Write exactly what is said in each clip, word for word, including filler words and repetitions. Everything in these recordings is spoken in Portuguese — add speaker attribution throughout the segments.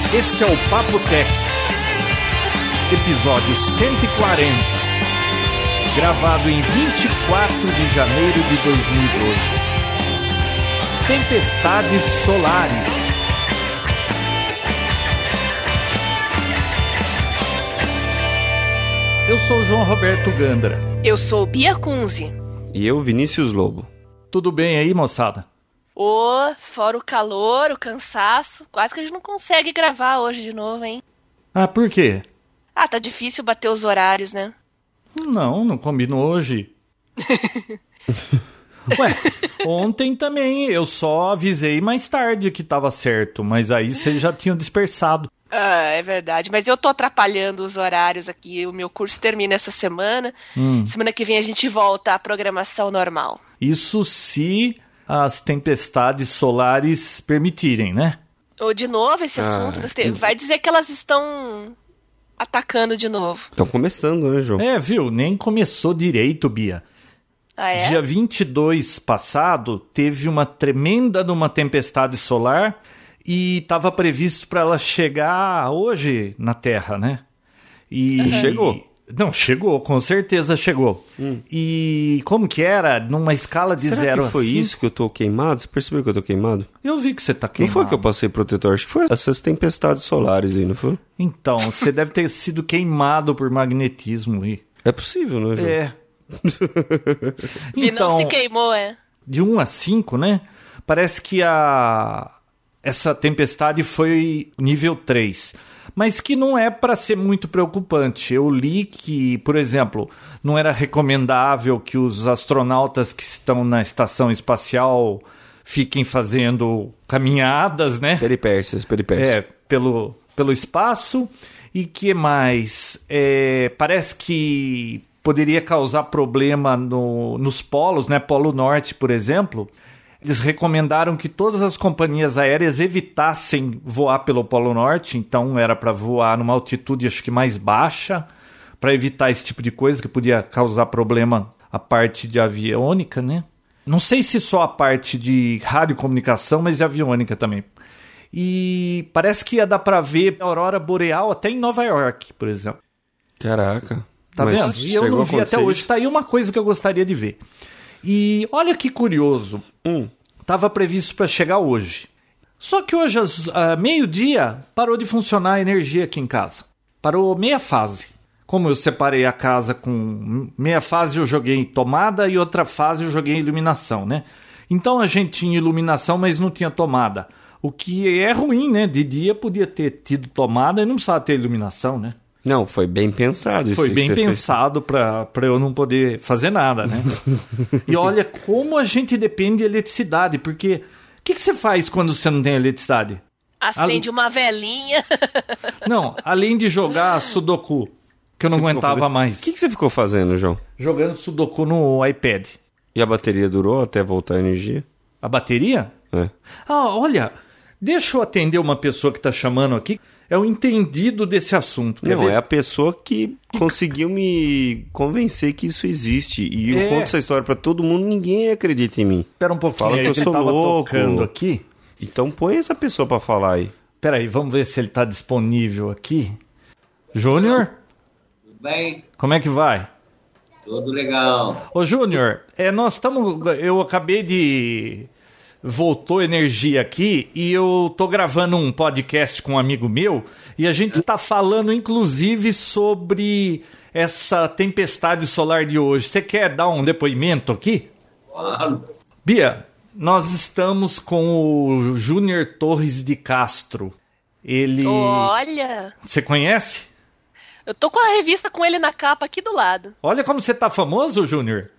Speaker 1: Este é o Papo Tech, episódio cento e quarenta, gravado em vinte e quatro de janeiro de dois mil e doze. Tempestades solares. Eu sou o João Roberto Gandra.
Speaker 2: Eu sou Bia Kunze.
Speaker 3: E eu, Vinícius Lobo.
Speaker 1: Tudo bem aí, moçada?
Speaker 2: Ô, fora o calor, o cansaço, quase que a gente não consegue gravar hoje de novo, hein?
Speaker 1: Ah, por quê?
Speaker 2: Ah, tá difícil bater os horários, né?
Speaker 1: Não, não combinou hoje. Ué, ontem também eu só avisei mais tarde que tava certo, mas aí vocês já tinham dispersado.
Speaker 2: Ah, é verdade, mas eu tô atrapalhando os horários aqui, o meu curso termina essa semana, hum. Semana que vem a gente volta à programação normal.
Speaker 1: Isso se as tempestades solares permitirem, né?
Speaker 2: Ou de novo esse assunto, ah, vai dizer que elas estão atacando de novo.
Speaker 3: Estão começando, né, João?
Speaker 1: É, viu, nem começou direito, Bia.
Speaker 2: Ah, é?
Speaker 1: Dia vinte e dois passado, teve uma tremenda numa tempestade solar e estava previsto para ela chegar hoje na Terra, né? E
Speaker 3: uhum. Chegou.
Speaker 1: Não, chegou, com certeza chegou. Hum. E como que era? Numa escala de
Speaker 3: Será
Speaker 1: zero
Speaker 3: que foi
Speaker 1: assim?
Speaker 3: Isso que eu tô queimado? Você percebeu que eu tô queimado?
Speaker 1: Eu vi que você tá queimado.
Speaker 3: Não foi que eu passei protetor, acho que foi essas tempestades solares aí, não foi?
Speaker 1: Então, você deve ter sido queimado por magnetismo aí.
Speaker 3: É possível, né, João?
Speaker 1: É.
Speaker 2: Então, não se queimou, é?
Speaker 1: De um a cinco, né? Parece que a... essa tempestade foi nível três. Mas que não é para ser muito preocupante. Eu li que, por exemplo, não era recomendável que os astronautas que estão na estação espacial fiquem fazendo caminhadas, né?
Speaker 3: Peripécias, peripécias.
Speaker 1: É, pelo, pelo espaço. E que mais? É, parece que poderia causar problema no, nos polos, né? Polo Norte, por exemplo. Eles recomendaram que todas as companhias aéreas evitassem voar pelo Polo Norte, então era para voar numa altitude acho que mais baixa, para evitar esse tipo de coisa que podia causar problema a parte de aviônica, né? Não sei se só a parte de radiocomunicação, mas de aviônica também. E parece que ia dar para ver a aurora boreal até em Nova York, por exemplo.
Speaker 3: Caraca.
Speaker 1: Tá vendo? E eu não vi até hoje. Tá aí uma coisa que eu gostaria de ver. E olha que curioso, estava hum. previsto para chegar hoje. Só que hoje, às uh, meio-dia, parou de funcionar a energia aqui em casa. Parou meia fase. Como eu separei a casa com meia fase eu joguei tomada e outra fase eu joguei iluminação, né? Então a gente tinha iluminação, mas não tinha tomada. O que é ruim, né? De dia podia ter tido tomada e não precisava ter iluminação, né?
Speaker 3: Não, foi bem pensado.
Speaker 1: Foi bem pensado para eu não poder fazer nada, né? E olha como a gente depende de eletricidade, porque o que, que você faz quando você não tem eletricidade?
Speaker 2: Acende Al... uma velinha.
Speaker 1: Não, além de jogar Sudoku, que eu não você aguentava mais.
Speaker 3: O que, que você ficou fazendo, João?
Speaker 1: Jogando Sudoku no iPad.
Speaker 3: E a bateria durou até voltar a energia?
Speaker 1: A bateria?
Speaker 3: É.
Speaker 1: Ah, olha, deixa eu atender uma pessoa que tá chamando aqui. É o entendido desse assunto.
Speaker 3: Não, ver? É a pessoa que conseguiu me convencer que isso existe. E eu é. conto essa história pra todo mundo, ninguém acredita em mim.
Speaker 1: Espera um pouquinho,
Speaker 3: Fala
Speaker 1: aí,
Speaker 3: que eu
Speaker 1: que
Speaker 3: sou
Speaker 1: ele tava
Speaker 3: louco.
Speaker 1: Tocando aqui.
Speaker 3: Então põe essa pessoa pra falar aí.
Speaker 1: Espera aí, vamos ver se ele tá disponível aqui. Júnior?
Speaker 4: Tudo bem?
Speaker 1: Como é que vai?
Speaker 4: Tudo legal.
Speaker 1: Ô, Júnior, é, nós estamos... Eu acabei de... Voltou energia aqui e eu tô gravando um podcast com um amigo meu e a gente tá falando inclusive sobre essa tempestade solar de hoje. Você quer dar um depoimento aqui?
Speaker 4: Claro.
Speaker 1: Bia, nós estamos com o Júnior Torres de Castro. Ele...
Speaker 2: Olha!
Speaker 1: Você conhece?
Speaker 2: Eu tô com a revista com ele na capa aqui do lado.
Speaker 1: Olha como você tá famoso, Júnior.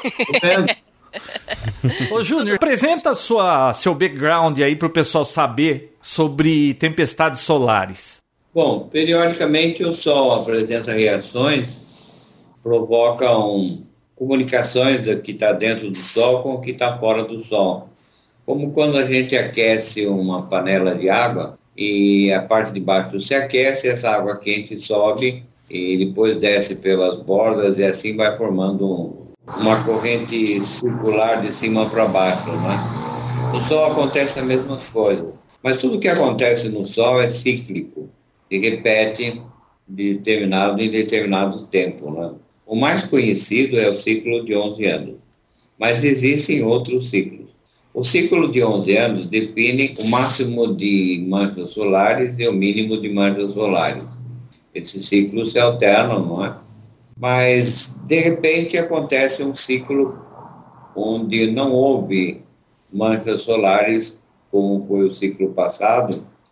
Speaker 1: Ô Júnior, apresenta sua, seu background aí para o pessoal saber sobre tempestades solares.
Speaker 4: Bom, periodicamente o Sol apresenta reações, provocam comunicações do que está dentro do Sol com o que está fora do Sol. Como quando a gente aquece uma panela de água e a parte de baixo se aquece, essa água quente sobe e depois desce pelas bordas e assim vai formando um uma corrente circular de cima para baixo, né? No Sol acontece a mesma coisa. Mas tudo que acontece no Sol é cíclico, se repete de determinado em determinado tempo, né? O mais conhecido é o ciclo de onze anos, mas existem outros ciclos. O ciclo de onze anos define o máximo de manchas solares e o mínimo de manchas solares. Esses ciclos se alternam, não é? Mas, de repente, acontece um ciclo onde não houve manchas solares, como foi o ciclo passado,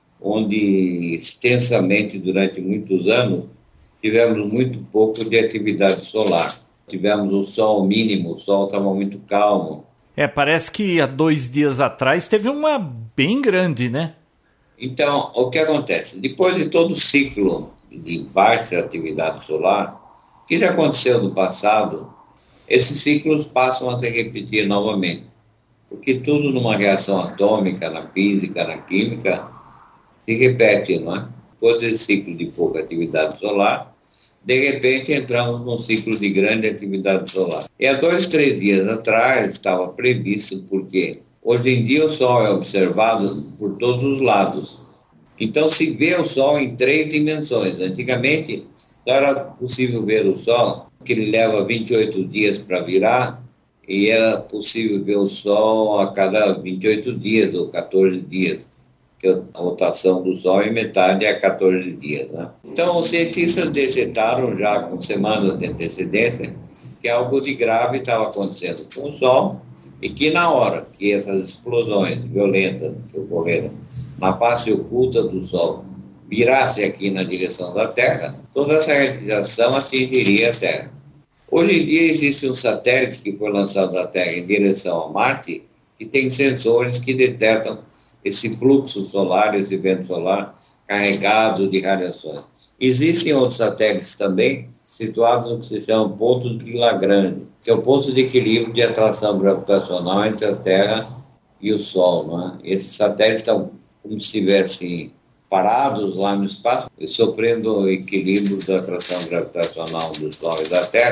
Speaker 4: onde extensamente, durante muitos anos, tivemos muito pouco de atividade solar. Tivemos o sol mínimo, o sol estava muito calmo.
Speaker 1: É, parece que há dois dias atrás teve uma bem grande, né?
Speaker 4: Então, o que acontece? Depois de todo o ciclo de baixa atividade solar, que já aconteceu no passado, esses ciclos passam a se repetir novamente. Porque tudo numa reação atômica, na física, na química, se repete, não é? Depois desse ciclo de pouca atividade solar, de repente entramos num ciclo de grande atividade solar. E há dois, três dias atrás estava previsto, porque hoje em dia o Sol é observado por todos os lados. Então se vê o Sol em três dimensões. Antigamente só era possível ver o Sol, que ele leva vinte e oito dias para virar, e era possível ver o Sol a cada vinte e oito dias ou quatorze dias. Que a rotação do Sol é metade a quatorze dias. Né? Então, os cientistas detectaram já com semanas de antecedência que algo de grave estava acontecendo com o Sol e que na hora que essas explosões violentas que ocorreram na face oculta do Sol virassem aqui na direção da Terra, toda essa radiação atingiria a Terra. Hoje em dia existe um satélite que foi lançado da Terra em direção a Marte que tem sensores que detectam esse fluxo solar, esse vento solar carregado de radiações. Existem outros satélites também situados no que se chama ponto de Lagrange, que é o ponto de equilíbrio de atração gravitacional entre a Terra e o Sol. Não é? Esses satélites estão como se estivessem parados lá no espaço, sofrendo o equilíbrio da atração gravitacional do Sol e da Terra,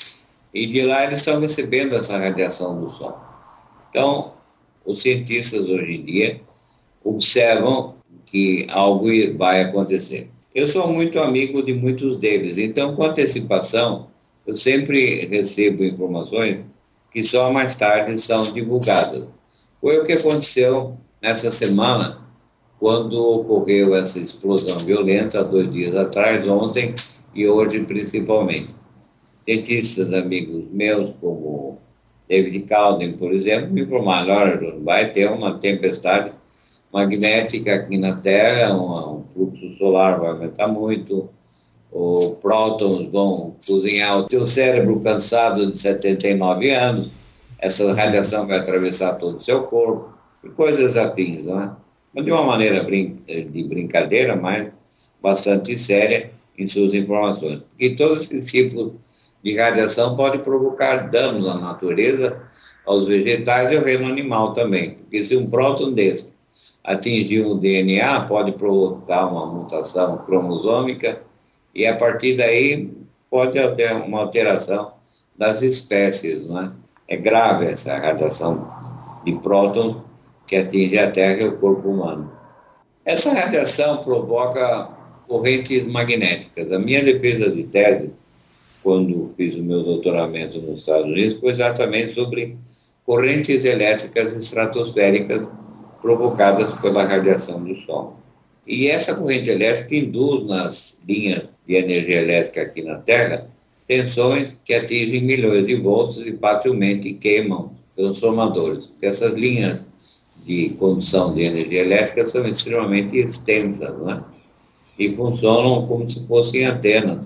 Speaker 4: e de lá eles estão recebendo essa radiação do Sol. Então, os cientistas hoje em dia observam que algo vai acontecer. Eu sou muito amigo de muitos deles, então com antecipação eu sempre recebo informações que só mais tarde são divulgadas. Foi o que aconteceu nessa semana, quando ocorreu essa explosão violenta, há dois dias atrás, ontem e hoje principalmente. Cientistas amigos meus, como David Calden, por exemplo, me informaram: olha, vai ter uma tempestade magnética aqui na Terra, um, um fluxo solar vai aumentar muito, os prótons vão cozinhar o teu cérebro cansado de setenta e nove anos, essa radiação vai atravessar todo o seu corpo, e coisas afins, não é? Mas de uma maneira brin- de brincadeira, mas bastante séria em suas informações. Porque todos esses tipos de radiação podem provocar danos à natureza, aos vegetais e ao reino animal também. Porque se um próton desse atingir o D N A, pode provocar uma mutação cromosômica e, a partir daí, pode ter uma alteração das espécies. Não é? É grave essa radiação de prótons que atinge a Terra e o corpo humano. Essa radiação provoca correntes magnéticas. A minha defesa de tese, quando fiz o meu doutoramento nos Estados Unidos, foi exatamente sobre correntes elétricas estratosféricas provocadas pela radiação do Sol. E essa corrente elétrica induz nas linhas de energia elétrica aqui na Terra tensões que atingem milhões de volts e facilmente queimam transformadores. Essas linhas de condução de energia elétrica são extremamente extensas, né? E funcionam como se fossem antenas.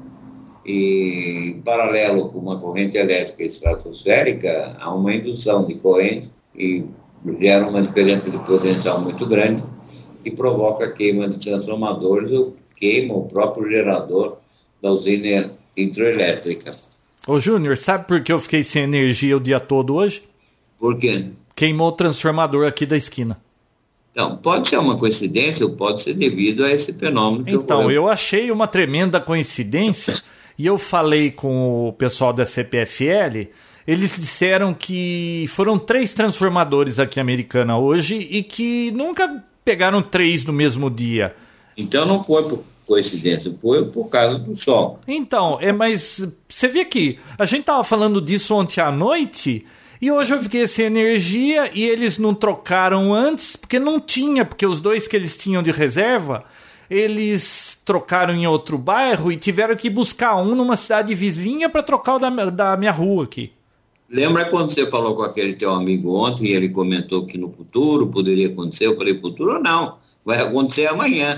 Speaker 4: E, em paralelo com uma corrente elétrica estratosférica, há uma indução de corrente e gera uma diferença de potencial muito grande que provoca a queima de transformadores ou queima o próprio gerador da usina hidroelétrica.
Speaker 1: Ô Júnior, sabe por que eu fiquei sem energia o dia todo hoje?
Speaker 4: Por quê?
Speaker 1: Queimou o transformador aqui da esquina.
Speaker 4: Então, pode ser uma coincidência ou pode ser devido a esse fenômeno que
Speaker 1: Então,
Speaker 4: eu,
Speaker 1: eu achei uma tremenda coincidência e eu falei com o pessoal da C P F L. Eles disseram que foram três transformadores aqui em Americana hoje e que nunca pegaram três no mesmo dia?
Speaker 4: Então não foi por coincidência, foi por causa do Sol.
Speaker 1: Então, é, mas você vê que a gente tava falando disso ontem à noite e hoje eu fiquei sem energia e eles não trocaram antes porque não tinha, porque os dois que eles tinham de reserva, eles trocaram em outro bairro e tiveram que buscar um numa cidade vizinha para trocar o da, da minha rua aqui.
Speaker 4: Lembra quando você falou com aquele teu amigo ontem e ele comentou que no futuro poderia acontecer? Eu falei, futuro não, vai acontecer amanhã.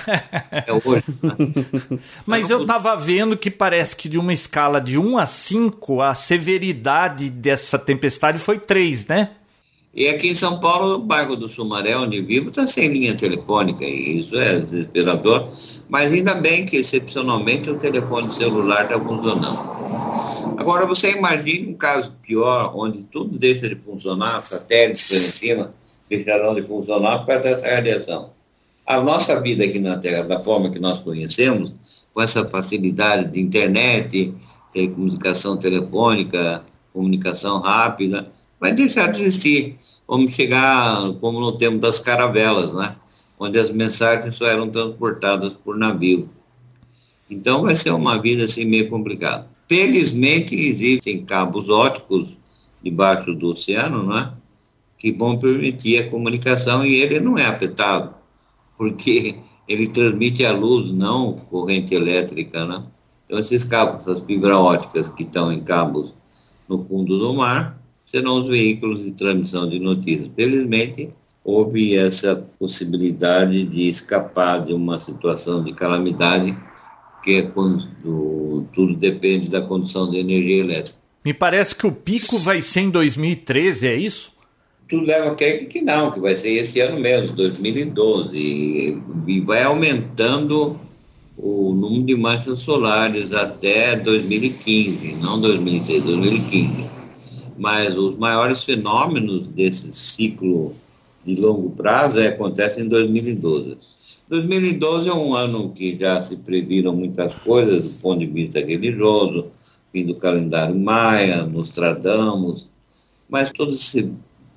Speaker 4: É hoje. Né?
Speaker 1: Mas eu tava vendo que parece que de uma escala de um a cinco, a severidade dessa tempestade foi três, né?
Speaker 4: E aqui em São Paulo, o bairro do Sumaré, onde vivo, está sem linha telefônica, e isso é desesperador, mas ainda bem que, excepcionalmente, o telefone celular está funcionando. Agora, você imagina um caso pior, onde tudo deixa de funcionar, satélites lá em cima deixarão de funcionar por causa dessa radiação. A nossa vida aqui na Terra, da forma que nós conhecemos, com essa facilidade de internet, telecomunicação telefônica, comunicação rápida, vai deixar de existir. Vamos chegar como no tempo das caravelas, né? Onde as mensagens só eram transportadas por navio. Então vai ser uma vida assim meio complicada. Felizmente existem cabos óticos debaixo do oceano, né? Que vão permitir a comunicação e ele não é afetado, porque ele transmite a luz, não corrente elétrica, né? Então esses cabos, essas fibras óticas que estão em cabos no fundo do mar, serão os veículos de transmissão de notícias. Felizmente, houve essa possibilidade de escapar de uma situação de calamidade, que é quando tudo depende da condição de energia elétrica.
Speaker 1: Me parece que o pico vai ser em dois mil e treze, é isso?
Speaker 4: Tudo leva a crer que não, que vai ser esse ano mesmo, dois mil e doze, e, e vai aumentando o número de manchas solares até dois mil e quinze, não dois mil e treze, dois mil e quinze. Mas os maiores fenômenos desse ciclo de longo prazo é, acontecem em dois mil e doze. dois mil e doze é um ano que já se previram muitas coisas do ponto de vista religioso, fim do calendário maia, Nostradamus, mas todo esse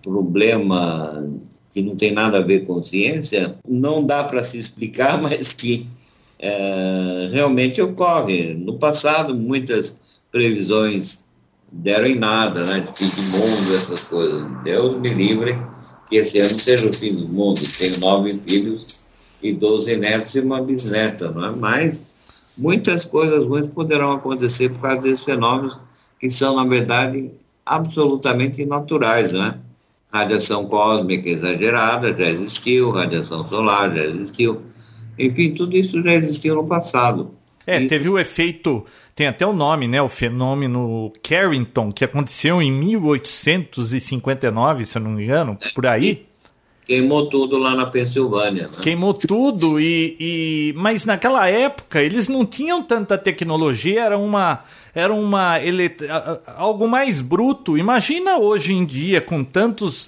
Speaker 4: problema que não tem nada a ver com ciência, não dá para se explicar, mas que é, realmente ocorre. No passado, muitas previsões deram em nada, né, de fim do mundo, essas coisas. Deus me livre que esse ano seja o fim do mundo. Tenho nove filhos e doze netos e uma bisneta, não é? Mas muitas coisas ruins poderão acontecer por causa desses fenômenos que são, na verdade, absolutamente naturais, né? Radiação cósmica exagerada já existiu, radiação solar já existiu. Enfim, tudo isso já existiu no passado.
Speaker 1: É,
Speaker 4: e...
Speaker 1: teve o efeito, tem até o nome, né? O fenômeno Carrington, que aconteceu em mil oitocentos e cinquenta e nove, se eu não me engano, por aí.
Speaker 4: Queimou tudo lá na Pensilvânia, né?
Speaker 1: Queimou tudo, e, e... mas naquela época eles não tinham tanta tecnologia, era uma... Era uma elet... algo mais bruto. Imagina hoje em dia, com tantos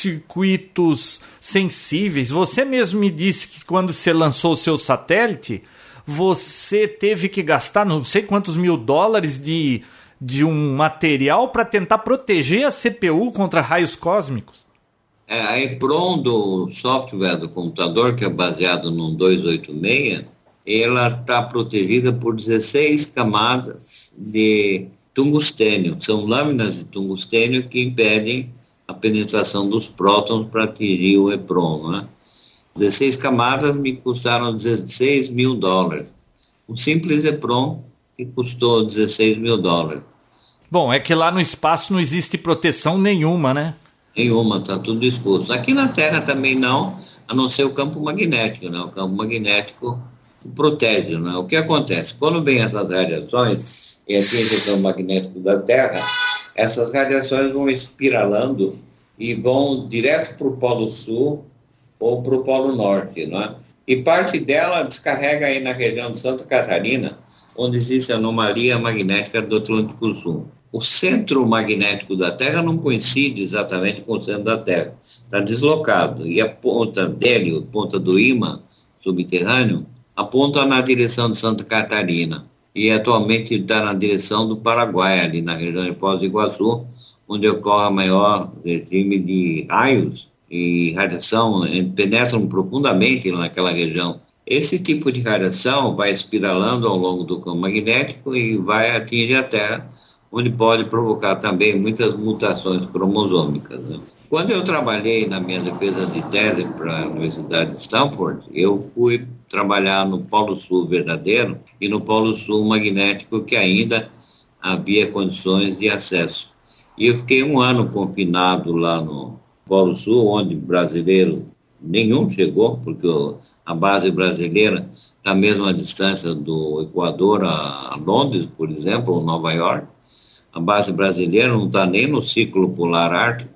Speaker 1: circuitos sensíveis. Você mesmo me disse que quando você lançou o seu satélite, você teve que gastar não sei quantos mil dólares de, de um material para tentar proteger a C P U contra raios cósmicos.
Speaker 4: É, a EPROM do software do computador, que é baseado no duzentos e oitenta e seis, ela está protegida por dezesseis camadas de tungstênio. São lâminas de tungstênio que impedem a penetração dos prótons para atingir o EPROM, né? dezesseis camadas me custaram dezesseis mil dólares. Um simples EPROM que custou dezesseis mil dólares.
Speaker 1: Bom, é que lá no espaço não existe proteção nenhuma, né?
Speaker 4: Nenhuma, está tudo exposto. Aqui na Terra também não, a não ser o campo magnético, né? O campo magnético protege, né? O que acontece? Quando vem essas radiações, e aqui o campo magnético da Terra, essas radiações vão espiralando e vão direto para o Polo Sul ou para o Polo Norte, né? E parte dela descarrega aí na região de Santa Catarina, onde existe a anomalia magnética do Atlântico Sul. O centro magnético da Terra não coincide exatamente com o centro da Terra, está deslocado, e a ponta dele, a ponta do ímã subterrâneo, aponta na direção de Santa Catarina, e atualmente está na direção do Paraguai, ali na região de Foz do Iguaçu, onde ocorre a maior regime de raios e radiação penetram profundamente naquela região. Esse tipo de radiação vai espiralando ao longo do campo magnético e vai atingir a Terra, onde pode provocar também muitas mutações cromosômicas, né? Quando eu trabalhei na minha defesa de tese para a Universidade de Stanford, eu fui trabalhar no Polo Sul verdadeiro e no Polo Sul magnético, que ainda havia condições de acesso. E eu fiquei um ano confinado lá no Polo Sul, onde brasileiro nenhum chegou, porque a base brasileira está à mesma distância do Equador a Londres, por exemplo, ou Nova York. A base brasileira não está nem no ciclo polar ártico,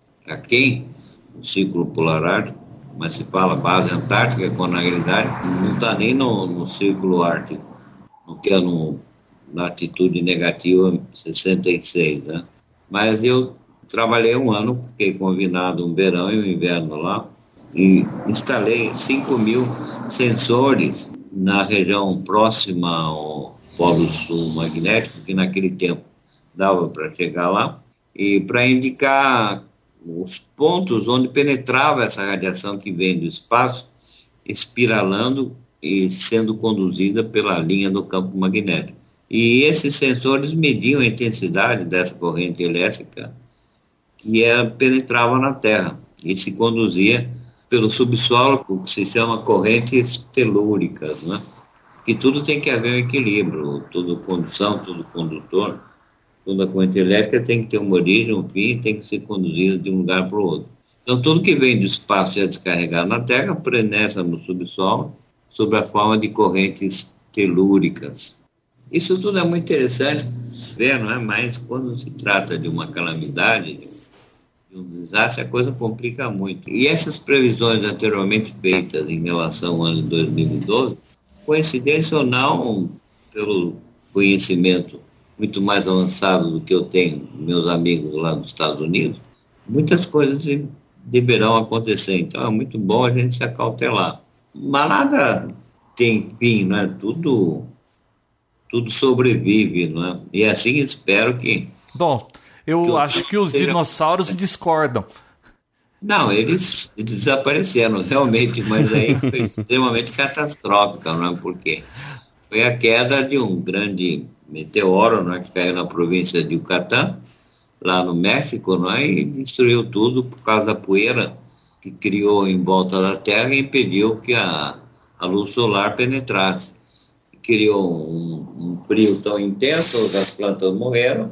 Speaker 4: aqui, no ciclo polar ártico, mas se fala base antártica, quando na realidade não está nem no, no ciclo ártico, que é no, na altitude negativa sessenta e seis, né? Mas eu trabalhei um ano, fiquei confinado um verão e um inverno lá, e instalei cinco mil sensores na região próxima ao Polo Sul magnético, que naquele tempo dava para chegar lá, e para indicar os pontos onde penetrava essa radiação que vem do espaço, espiralando e sendo conduzida pela linha do campo magnético. E esses sensores mediam a intensidade dessa corrente elétrica que é, penetrava na Terra e se conduzia pelo subsolo, o que se chama correntes telúricas, né? Que tudo tem que haver um equilíbrio, toda condução, todo condutor, toda corrente elétrica tem que ter uma origem, um fim, tem que ser conduzida de um lugar para o outro. Então, tudo que vem do espaço e é descarregado na Terra penetra no subsolo sob a forma de correntes telúricas. Isso tudo é muito interessante ver, não é? Mas quando se trata de uma calamidade, de um desastre, a coisa complica muito. E essas previsões anteriormente feitas em relação ao ano de dois mil e doze, coincidência ou não, pelo conhecimento muito mais avançado do que eu tenho, meus amigos lá nos Estados Unidos, muitas coisas deverão acontecer. Então é muito bom a gente se acautelar. Mas nada tem fim, não é? Tudo, tudo sobrevive, não é? E assim espero que...
Speaker 1: Bom, eu que acho que os seja... dinossauros discordam.
Speaker 4: Não, eles, eles desapareceram realmente, mas aí foi extremamente catastrófica, não é? Porque foi a queda de um grande meteoro, não é? Que caiu na província de Yucatán, lá no México, não é? E destruiu tudo por causa da poeira que criou em volta da Terra e impediu que a, a luz solar penetrasse. Criou um, um frio tão intenso, as plantas morreram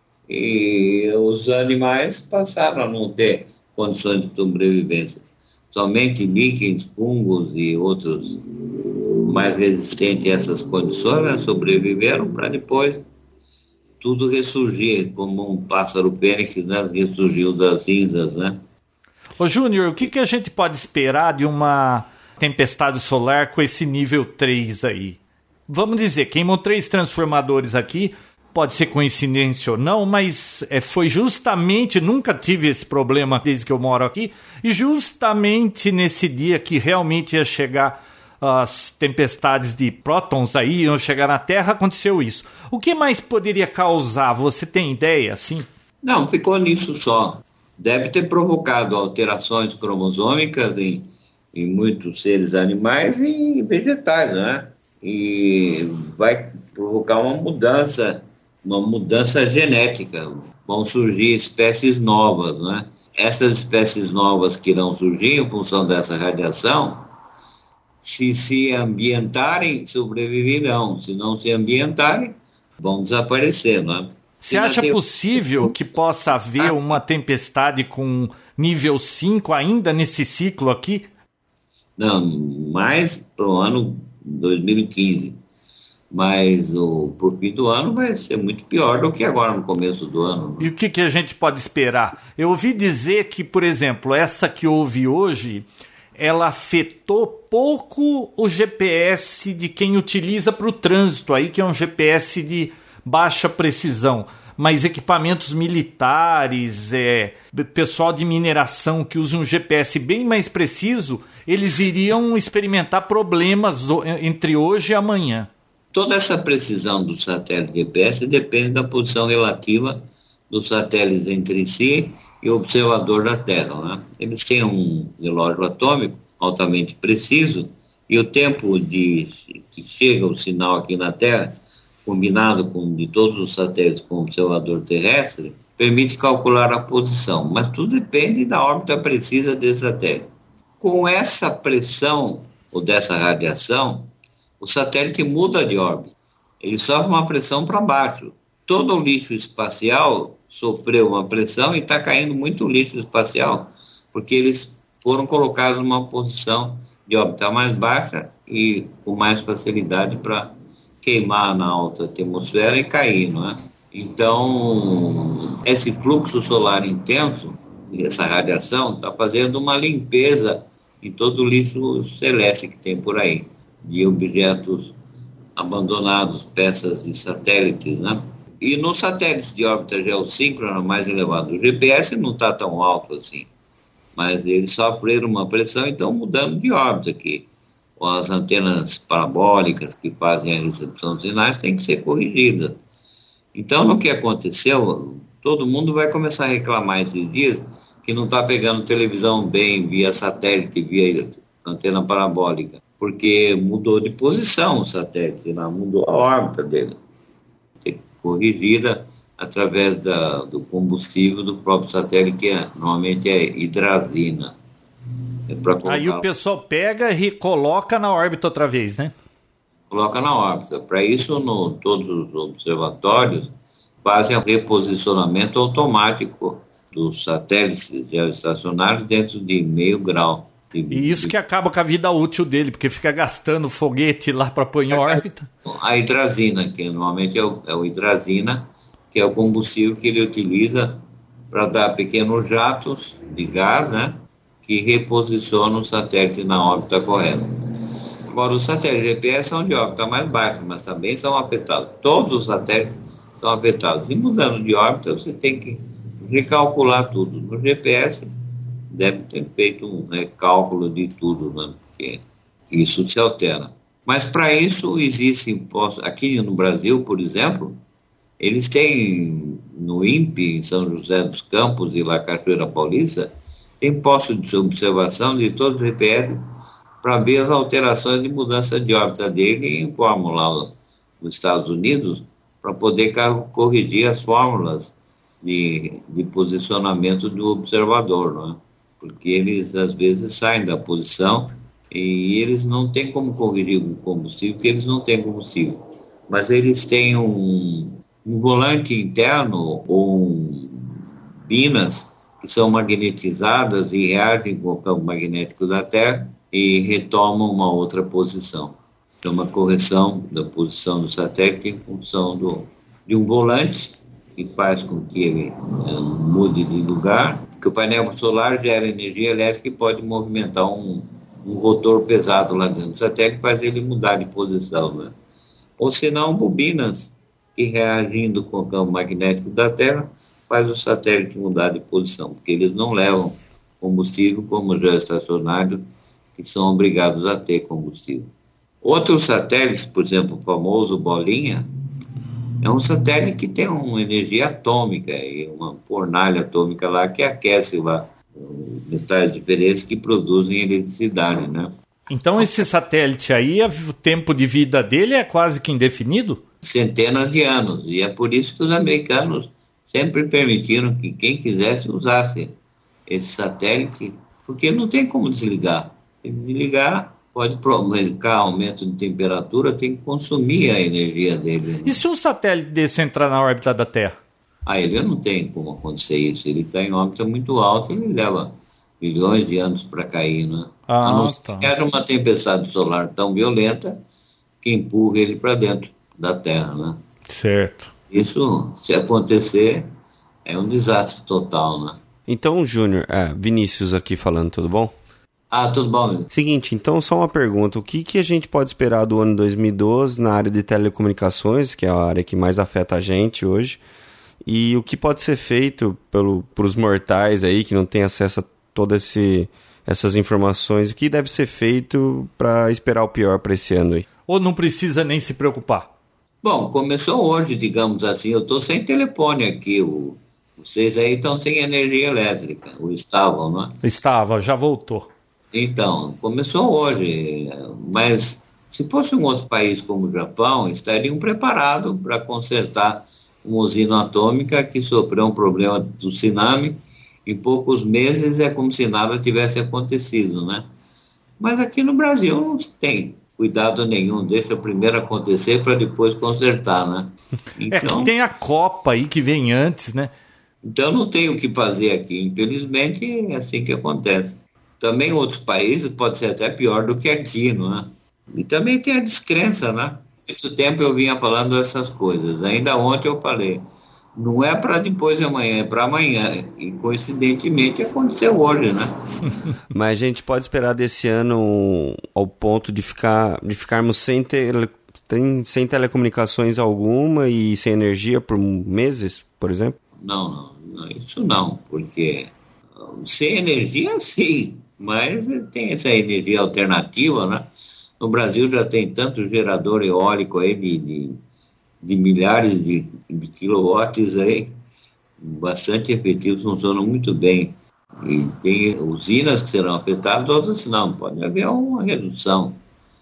Speaker 4: e os animais passaram a não ter condições de sobrevivência. Somente líquens, fungos e outros mais resistentes a essas condições, né, sobreviveram para depois tudo ressurgir, como um pássaro fênix, né, ressurgiu das cinzas, né?
Speaker 1: Ô Júnior, o que, que a gente pode esperar de uma tempestade solar com esse nível três aí? Vamos dizer, queimou três transformadores aqui, pode ser coincidência ou não, mas é, foi justamente, nunca tive esse problema desde que eu moro aqui, e justamente nesse dia que realmente ia chegar as tempestades de prótons aí, iam chegar na Terra, aconteceu isso. O que mais poderia causar? Você tem ideia, assim?
Speaker 4: Não, ficou nisso só. Deve ter provocado alterações cromosômicas em, em muitos seres animais e vegetais, né? E vai provocar uma mudança, uma mudança genética. Vão surgir espécies novas, né? Essas espécies novas que irão surgir em função dessa radiação, se se ambientarem, sobreviverão. Se não se ambientarem, vão desaparecer, não é?
Speaker 1: Você acha tem... possível que possa haver ah. uma tempestade com nível cinco ainda nesse ciclo aqui?
Speaker 4: Não, mais para o ano dois mil e quinze. Mas o por fim do ano vai ser muito pior do que agora no começo do ano.
Speaker 1: E o que, que a gente pode esperar? Eu ouvi dizer que, por exemplo, essa que houve hoje, ela afetou pouco o G P S de quem utiliza para o trânsito, aí, que é um G P S de baixa precisão, mas equipamentos militares, é, pessoal de mineração que usa um G P S bem mais preciso, eles iriam experimentar problemas entre hoje e amanhã.
Speaker 4: Toda essa precisão do satélite G P S depende da posição relativa dos satélites entre si e o observador da Terra, né? Eles têm um relógio atômico altamente preciso e o tempo de que chega o sinal aqui na Terra, combinado com de todos os satélites com o observador terrestre, permite calcular a posição, mas tudo depende da órbita precisa desse satélite. Com essa pressão ou dessa radiação, o satélite muda de órbita. Ele sofre uma pressão para baixo. Todo o lixo espacial sofreu uma pressão e está caindo muito lixo espacial, porque eles foram colocados numa posição de órbita mais baixa e com mais facilidade para queimar na alta atmosfera e cair, não é? Então, esse fluxo solar intenso, essa radiação, está fazendo uma limpeza em todo o lixo celeste que tem por aí, de objetos abandonados, peças de satélites, né? E nos satélites de órbita geossíncrona mais elevada, o G P S não está tão alto assim, mas eles sofreram uma pressão e estão mudando de órbita aqui. As antenas parabólicas que fazem a recepção de sinais têm que ser corrigidas. Então, no que aconteceu, todo mundo vai começar a reclamar esses dias que não está pegando televisão bem via satélite, via antena parabólica, porque mudou de posição o satélite, não, mudou a órbita dele. Tem que ser corrigida através da, do combustível do próprio satélite, que é, normalmente é hidrazina. É
Speaker 1: Aí o pessoal pega e coloca na órbita outra vez, né?
Speaker 4: Coloca na órbita. Para isso, no, todos os observatórios fazem o reposicionamento automático dos satélites geoestacionários dentro de meio grau. De,
Speaker 1: e isso
Speaker 4: de...
Speaker 1: que acaba com a vida útil dele, porque fica gastando foguete lá para pôr em órbita.
Speaker 4: A hidrazina, que normalmente é o, é o hidrazina, que é o combustível que ele utiliza para dar pequenos jatos de gás, né? Que reposicionam o satélite na órbita correta. Agora, os satélites G P S são de órbita mais baixa, mas também são afetados. Todos os satélites são afetados. E mudando de órbita, você tem que recalcular tudo. No G P S, deve ter feito um recálculo de tudo, né? Porque isso se altera. Mas, para isso, existem postos. Aqui no Brasil, por exemplo, eles têm, no I N P E, em São José dos Campos e lá Cachoeira Paulista, tem postos de observação de todos os G P S para ver as alterações de mudança de órbita dele e informam lá nos Estados Unidos para poder corrigir as fórmulas de, de posicionamento do observador, não é? Porque eles às vezes saem da posição e eles não têm como corrigir o combustível, porque eles não têm combustível. Mas eles têm um, um volante interno ou um binas que são magnetizadas e reagem com o campo magnético da Terra e retomam uma outra posição. É uma correção da posição do satélite em função do, de um volante que faz com que ele é, mude de lugar, que o painel solar gera energia elétrica e pode movimentar um, um rotor pesado lá dentro do satélite, faz ele mudar de posição, né? Ou senão bobinas que reagindo com o campo magnético da Terra faz o satélite mudar de posição, porque eles não levam combustível como os geoestacionários, que são obrigados a ter combustível. Outros satélites, por exemplo, o famoso Bolinha, é um satélite que tem uma energia atômica e uma fornalha atômica lá que aquece lá metais diferentes que produzem eletricidade, né?
Speaker 1: Então esse satélite aí, o tempo de vida dele é quase que indefinido?
Speaker 4: Centenas de anos, e é por isso que os americanos sempre permitiram que quem quisesse usasse esse satélite, porque não tem como desligar. Se desligar, pode provocar aumento de temperatura, tem que consumir a energia dele. Né?
Speaker 1: E se um satélite desse entrar na órbita da Terra?
Speaker 4: Ah, ele não tem como acontecer isso. Ele está em órbita muito alta e ele leva milhões de anos para cair, né?
Speaker 1: Ah,
Speaker 4: a não
Speaker 1: tá.
Speaker 4: ser uma tempestade solar tão violenta que empurra ele para dentro da Terra, né?
Speaker 1: Certo.
Speaker 4: Isso, se acontecer, é um desastre total, né?
Speaker 3: Então, Júnior, é, Vinícius aqui falando, tudo bom?
Speaker 4: Ah, tudo bom.
Speaker 3: Seguinte, então só uma pergunta, o que, que a gente pode esperar do ano dois mil e doze na área de telecomunicações, que é a área que mais afeta a gente hoje, e o que pode ser feito para os mortais aí que não têm acesso a todas essas informações, o que deve ser feito para esperar o pior para esse ano aí?
Speaker 1: Ou não precisa nem se preocupar?
Speaker 4: Bom, começou hoje, digamos assim, eu estou sem telefone aqui, o Vocês aí estão sem energia elétrica, ou estavam, não é?
Speaker 1: Estava, já voltou.
Speaker 4: Então, começou hoje, mas se fosse um outro país como o Japão, estariam preparados para consertar uma usina atômica que sofreu um problema do tsunami. Em poucos meses é como se nada tivesse acontecido, né? Mas aqui no Brasil não tem cuidado nenhum, deixa primeiro acontecer para depois consertar, né?
Speaker 1: Então, é que tem a Copa aí que vem antes, né?
Speaker 4: Então não tem o que fazer aqui, infelizmente é assim que acontece. Também em outros países pode ser até pior do que aqui, não é? E também tem a descrença, né? Muito tempo eu vinha falando essas coisas, ainda ontem eu falei, não é para depois de amanhã, é para amanhã, e coincidentemente aconteceu hoje, né?
Speaker 3: Mas a gente pode esperar desse ano ao ponto de, ficar, de ficarmos sem, tele, sem telecomunicações alguma e sem energia por meses, por exemplo?
Speaker 4: Não, não, não, isso não, porque sem energia sim, mas tem essa energia alternativa, né? No Brasil já tem tanto gerador eólico aí de, de, de milhares de, de quilowatts aí, bastante efetivos, funcionam muito bem. E tem usinas que serão afetadas, outras não, pode haver uma redução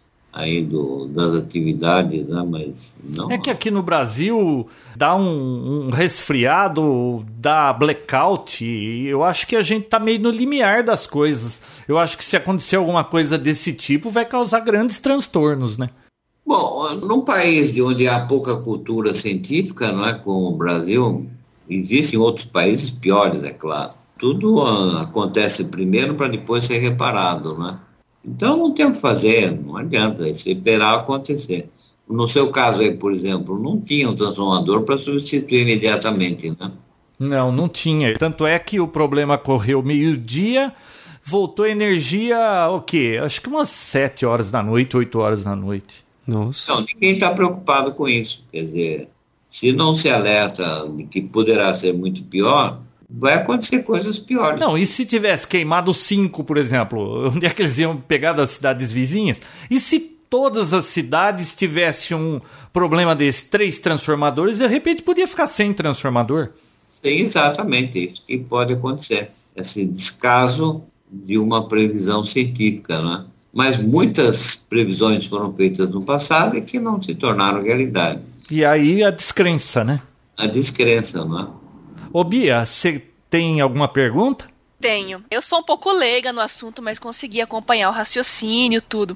Speaker 4: aí do, das atividades, né? Mas não.
Speaker 1: É que aqui no Brasil dá um, um resfriado, dá blackout, e eu acho que a gente tá meio no limiar das coisas. Eu acho que se acontecer alguma coisa desse tipo, vai causar grandes transtornos, né?
Speaker 4: Bom, num país de onde há pouca cultura científica, não é, como o Brasil, existem outros países piores, é claro. Tudo uh, acontece primeiro para depois ser reparado, né? Então não tem o que fazer, não adianta, é esperar acontecer. No seu caso aí, por exemplo, não tinha um transformador para substituir imediatamente, né?
Speaker 1: Não, não tinha. Tanto é que o problema correu meio-dia, voltou energia, o quê? Acho que umas sete horas da noite, oito horas da noite.
Speaker 3: Nossa.
Speaker 4: Não, ninguém está preocupado com isso. Quer dizer, se não se alerta de que poderá ser muito pior, vai acontecer coisas piores.
Speaker 1: Não, e se tivesse queimado cinco, por exemplo, onde é que eles iam pegar das cidades vizinhas? E se todas as cidades tivessem um problema desses três transformadores, de repente podia ficar sem transformador?
Speaker 4: Sim, exatamente, isso que pode acontecer. Esse descaso de uma previsão científica, né? Mas muitas previsões foram feitas no passado e que não se tornaram realidade.
Speaker 1: E aí a descrença, né?
Speaker 4: A descrença, não é?
Speaker 1: Ô Bia, você tem alguma pergunta?
Speaker 2: Tenho. Eu sou um pouco leiga no assunto, mas consegui acompanhar o raciocínio, tudo.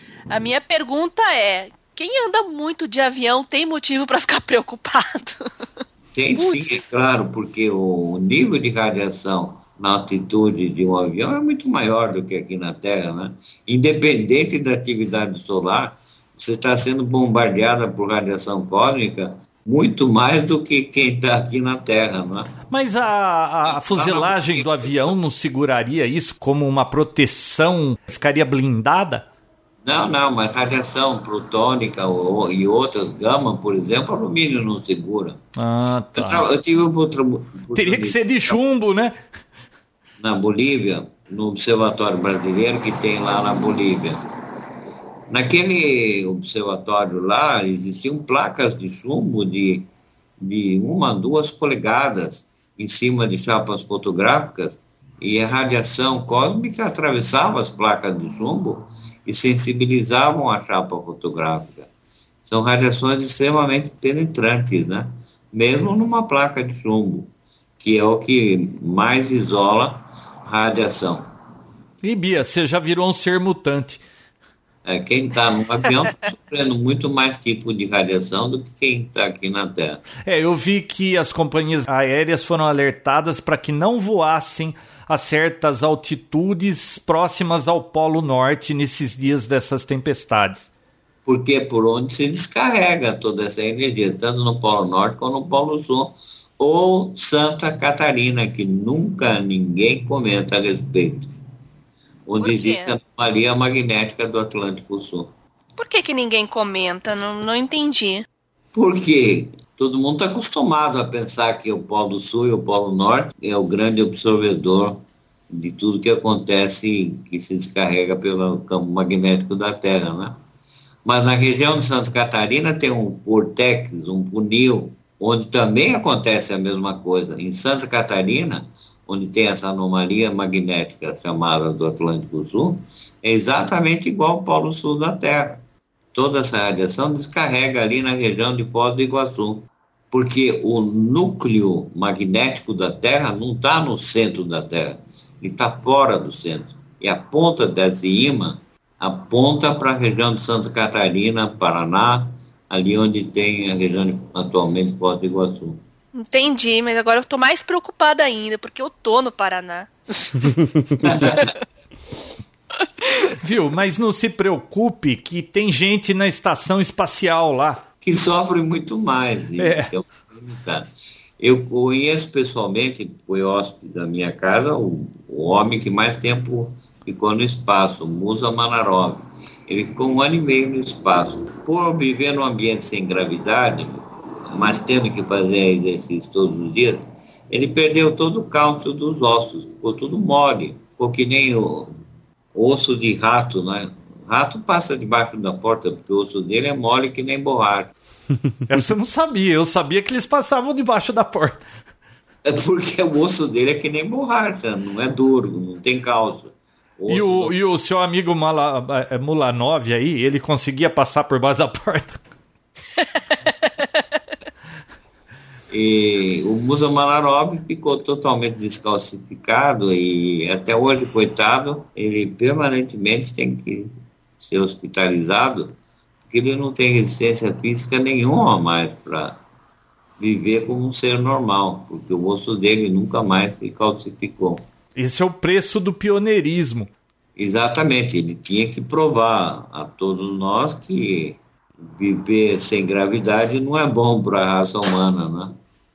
Speaker 2: A minha pergunta é, quem anda muito de avião tem motivo para ficar preocupado?
Speaker 4: Tem
Speaker 2: Putz.
Speaker 4: sim, é claro, porque o nível de radiação na altitude de um avião é muito maior do que aqui na Terra, né? Independente da atividade solar, você está sendo bombardeada por radiação cósmica muito mais do que quem está aqui na Terra, não é?
Speaker 1: Mas a, a, a fuselagem do avião não seguraria isso como uma proteção? Ficaria blindada?
Speaker 4: Não, não, mas radiação plutônica ou, e outras, gama, por exemplo, alumínio não segura.
Speaker 1: Ah, tá.
Speaker 4: Eu, tra- eu tive outra,
Speaker 1: Teria que ser de chumbo, né?
Speaker 4: Na Bolívia, no Observatório Brasileiro que tem lá na Bolívia. Naquele observatório lá existiam placas de chumbo de, de uma a duas polegadas em cima de chapas fotográficas e a radiação cósmica atravessava as placas de chumbo e sensibilizavam a chapa fotográfica. São radiações extremamente penetrantes, né? Mesmo numa placa de chumbo, que é o que mais isola a radiação.
Speaker 1: E Bia, você já virou um ser mutante.
Speaker 4: É, quem está no avião está sofrendo muito mais tipo de radiação do que quem está aqui na Terra.
Speaker 1: É, eu vi que as companhias aéreas foram alertadas para que não voassem a certas altitudes próximas ao Polo Norte nesses dias dessas tempestades.
Speaker 4: Porque é por onde se descarrega toda essa energia, tanto no Polo Norte como no Polo Sul, ou Santa Catarina, que nunca ninguém comenta a respeito, onde existe a anomalia magnética do Atlântico Sul.
Speaker 2: Por que que ninguém comenta? Não, não entendi.
Speaker 4: Porque todo mundo está acostumado a pensar que o Polo Sul e o Polo Norte é o grande absorvedor de tudo que acontece, que se descarrega pelo campo magnético da Terra, né? Mas na região de Santa Catarina tem um vortex, um funil onde também acontece a mesma coisa. Em Santa Catarina, onde tem essa anomalia magnética chamada do Atlântico Sul, é exatamente igual ao Polo Sul da Terra. Toda essa radiação descarrega ali na região de Foz do Iguaçu, porque o núcleo magnético da Terra não está no centro da Terra, ele está fora do centro. E a ponta desse ímã aponta para a região de Santa Catarina, Paraná, ali onde tem a região de, atualmente Foz do Iguaçu.
Speaker 2: Entendi, mas agora eu tô mais preocupada ainda, porque eu tô no Paraná.
Speaker 1: Viu? Mas não se preocupe que tem gente na estação espacial lá.
Speaker 4: Que sofre muito mais.
Speaker 1: É.
Speaker 4: Então, eu conheço pessoalmente, foi hóspede da minha casa, o, o homem que mais tempo ficou no espaço, o Musa Manarov. Ele ficou um ano e meio no espaço. Por viver num ambiente sem gravidade, mas tendo que fazer exercício todos os dias, ele perdeu todo o cálcio dos ossos, ficou tudo mole, ficou que nem o osso de rato, né? O rato passa debaixo da porta, porque o osso dele é mole que nem borracha.
Speaker 1: Essa eu não sabia, eu sabia que eles passavam debaixo da porta.
Speaker 4: É porque o osso dele é que nem borracha, não é duro, não tem cálcio. O
Speaker 1: e, o,
Speaker 4: do...
Speaker 1: e o seu amigo Mala, Mulanov aí, ele conseguia passar por baixo da porta?
Speaker 4: E o Musa Manarov ficou totalmente descalcificado e até hoje, coitado, ele permanentemente tem que ser hospitalizado porque ele não tem resistência física nenhuma mais para viver como um ser normal, porque o osso dele nunca mais se calcificou.
Speaker 1: Esse é o preço do pioneirismo.
Speaker 4: Exatamente, ele tinha que provar a todos nós que viver sem gravidade não é bom para a raça humana, né?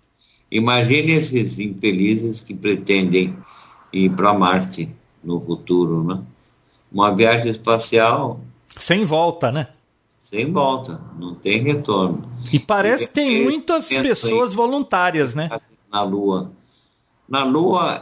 Speaker 4: Imagine esses infelizes que pretendem ir para Marte no futuro, né? Uma viagem espacial...
Speaker 1: Sem volta, né?
Speaker 4: Sem volta, não tem retorno.
Speaker 1: E parece que tem muitas pessoas voluntárias, né?
Speaker 4: Na Lua. Na Lua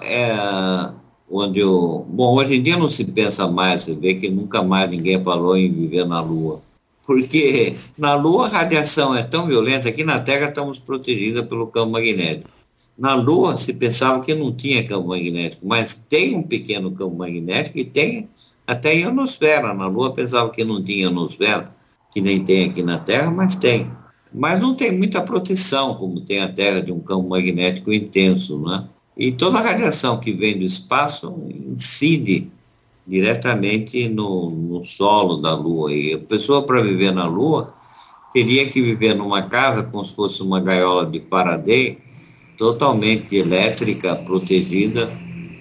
Speaker 4: é onde eu... Bom, hoje em dia não se pensa mais, você vê que nunca mais ninguém falou em viver na Lua. Porque na Lua a radiação é tão violenta, aqui na Terra estamos protegidos pelo campo magnético. Na Lua se pensava que não tinha campo magnético, mas tem um pequeno campo magnético e tem até ionosfera. Na Lua pensava que não tinha ionosfera, que nem tem aqui na Terra, mas tem. Mas não tem muita proteção, como tem a Terra, de um campo magnético intenso, né? E toda a radiação que vem do espaço incide diretamente no, no solo da Lua. E a pessoa, para viver na Lua, teria que viver numa casa como se fosse uma gaiola de Faraday, totalmente elétrica, protegida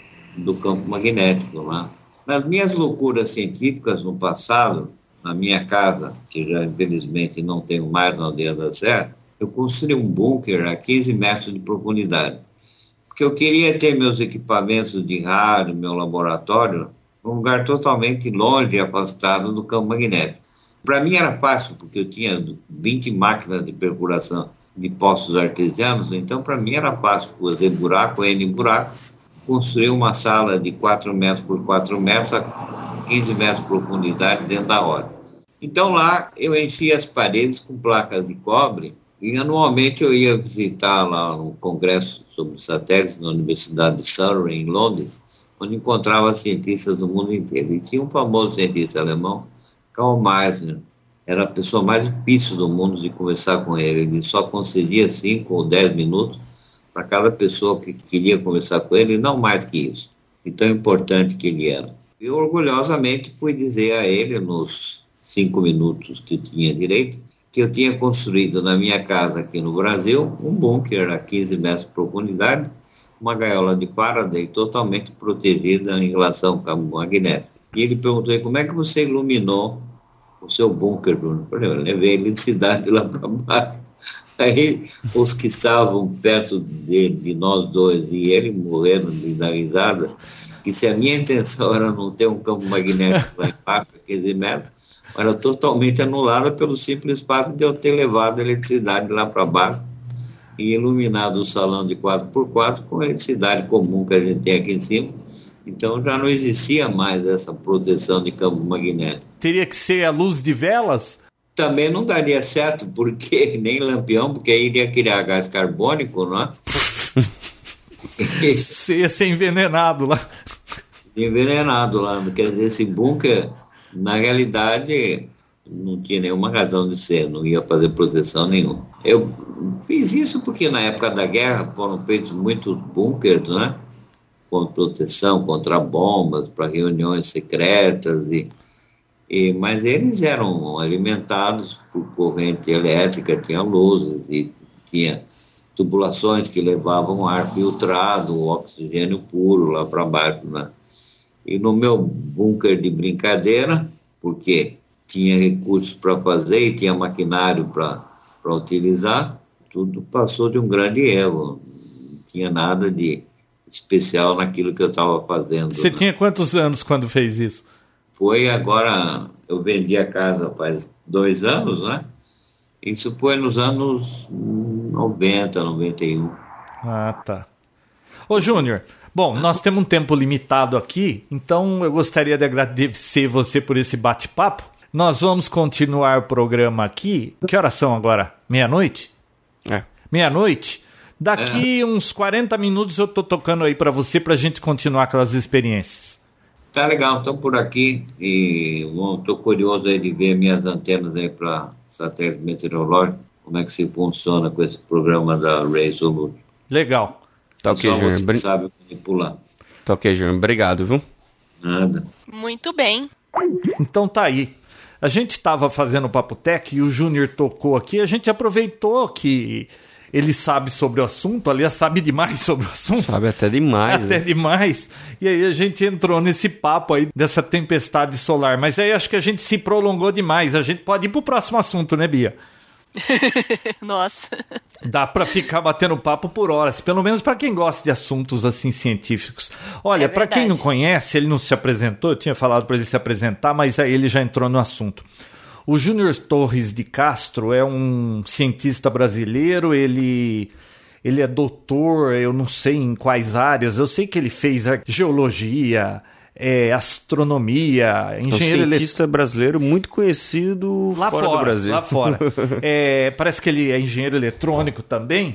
Speaker 4: do campo magnético lá. Nas minhas loucuras científicas no passado, na minha casa, que já infelizmente não tenho mais na Aldeia da Serra, eu construí um bunker a quinze metros de profundidade. Porque eu queria ter meus equipamentos de rádio, meu laboratório, num lugar totalmente longe e afastado do campo magnético. Para mim era fácil, porque eu tinha vinte máquinas de perfuração de poços artesianos, então para mim era fácil fazer buraco, N buraco, construir uma sala de quatro metros por quatro metros a quinze metros de profundidade dentro da hora. Então lá eu enchia as paredes com placas de cobre e anualmente eu ia visitar lá um congresso sobre satélites na Universidade de Surrey, em Londres, onde encontrava cientistas do mundo inteiro. E tinha um famoso cientista alemão, Karl Meissner, era a pessoa mais difícil do mundo de conversar com ele. Ele só concedia cinco ou dez minutos para cada pessoa que queria conversar com ele, e não mais que isso, e tão importante que ele era. Eu orgulhosamente fui dizer a ele, nos cinco minutos que eu tinha direito, que eu tinha construído na minha casa aqui no Brasil um bunker a quinze metros de profundidade, uma gaiola de Faraday totalmente protegida em relação ao campo magnético. E ele perguntou, como é que você iluminou o seu bunker, Bruno? Eu falei, eu levei eletricidade lá para baixo. Aí os que estavam perto de, de nós dois e ele morreram de dar risada, que se a minha intenção era não ter um campo magnético lá embaixo, a quinze metros, era totalmente anulada pelo simples fato de eu ter levado a eletricidade lá para baixo e iluminado o salão de quatro por quatro com a eletricidade comum que a gente tem aqui em cima. Então já não existia mais essa proteção de campo magnético.
Speaker 1: Teria que ser a luz de velas?
Speaker 4: também não daria certo, porque nem Lampião, porque aí iria criar gás carbônico, não é?
Speaker 1: Você ia ser envenenado lá.
Speaker 4: Envenenado lá. Quer dizer, esse bunker, na realidade, não tinha nenhuma razão de ser, não ia fazer proteção nenhuma. Eu fiz isso porque na época da guerra foram feitos muitos bunkers, né? Com proteção contra bombas, para reuniões secretas, e, e, mas eles eram alimentados por corrente elétrica, tinha luzes e tinha tubulações que levavam ar filtrado, oxigênio puro lá para baixo, né? E no meu bunker de brincadeira, porque tinha recursos para fazer e tinha maquinário para utilizar, tudo passou de um grande erro. Não tinha nada de especial naquilo que eu estava fazendo.
Speaker 1: Você
Speaker 4: né?
Speaker 1: tinha quantos anos quando fez isso?
Speaker 4: Foi agora, eu vendi a casa faz dois anos, né? Isso foi nos anos noventa, noventa e um.
Speaker 1: Ah, tá. Ô, Júnior, bom, nós temos um tempo limitado aqui, então eu gostaria de agradecer você por esse bate-papo. Nós vamos continuar o programa aqui. Que horas são agora? Meia-noite?
Speaker 3: É.
Speaker 1: Meia-noite? Daqui é. uns quarenta minutos eu tô tocando aí pra você pra gente continuar aquelas experiências.
Speaker 4: Tá legal, estou por aqui e estou curioso aí de ver minhas antenas aí para satélite meteorológico, como é que se funciona com esse programa da Ray Solution.
Speaker 1: Legal.
Speaker 3: Tá ok, Júnior.
Speaker 4: Você Brin... sabe manipular.
Speaker 3: Tá ok, Júnior. Obrigado, viu?
Speaker 4: Nada.
Speaker 2: Muito bem.
Speaker 1: Então tá aí. A gente estava fazendo o Papo Tech e o Júnior tocou aqui. A gente aproveitou que ele sabe sobre o assunto, aliás, sabe demais sobre o assunto.
Speaker 3: Sabe até demais.
Speaker 1: Até
Speaker 3: né?
Speaker 1: demais. E aí a gente entrou nesse papo aí dessa tempestade solar. Mas aí acho que a gente se prolongou demais. A gente pode ir pro próximo assunto, né, Bia?
Speaker 2: Nossa.
Speaker 1: Dá pra ficar batendo papo por horas, pelo menos pra quem gosta de assuntos assim científicos. Olha,
Speaker 2: É
Speaker 1: pra quem
Speaker 2: verdade.
Speaker 1: não conhece, ele não se apresentou, eu tinha falado pra ele se apresentar, mas aí ele já entrou no assunto. O Júnior Torres de Castro é um cientista brasileiro, ele, ele é doutor, eu não sei em quais áreas, eu sei que ele fez geologia, é, astronomia,
Speaker 3: É um
Speaker 1: engenheiro
Speaker 3: cientista brasileiro muito conhecido
Speaker 1: lá
Speaker 3: fora,
Speaker 1: fora
Speaker 3: do Brasil.
Speaker 1: Lá fora. É, parece que ele é engenheiro eletrônico também.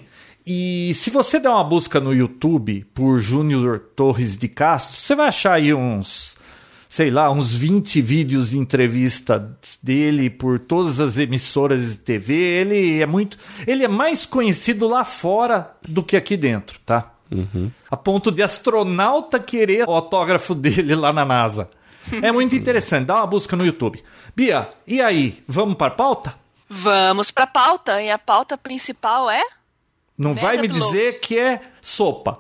Speaker 1: E se você der uma busca no YouTube por Júnior Torres de Castro, você vai achar aí uns, sei lá, uns vinte vídeos de entrevista dele por todas as emissoras de T V. Ele é muito, ele é mais conhecido lá fora do que aqui dentro, tá?
Speaker 3: Uhum.
Speaker 1: A ponto de astronauta querer o autógrafo dele lá na NASA. É muito interessante, dá uma busca no YouTube. Bia, e aí, vamos para a pauta?
Speaker 2: Vamos pra pauta. E a pauta principal é?
Speaker 1: Não
Speaker 2: Mega
Speaker 1: vai me
Speaker 2: upload.
Speaker 1: dizer que é sopa.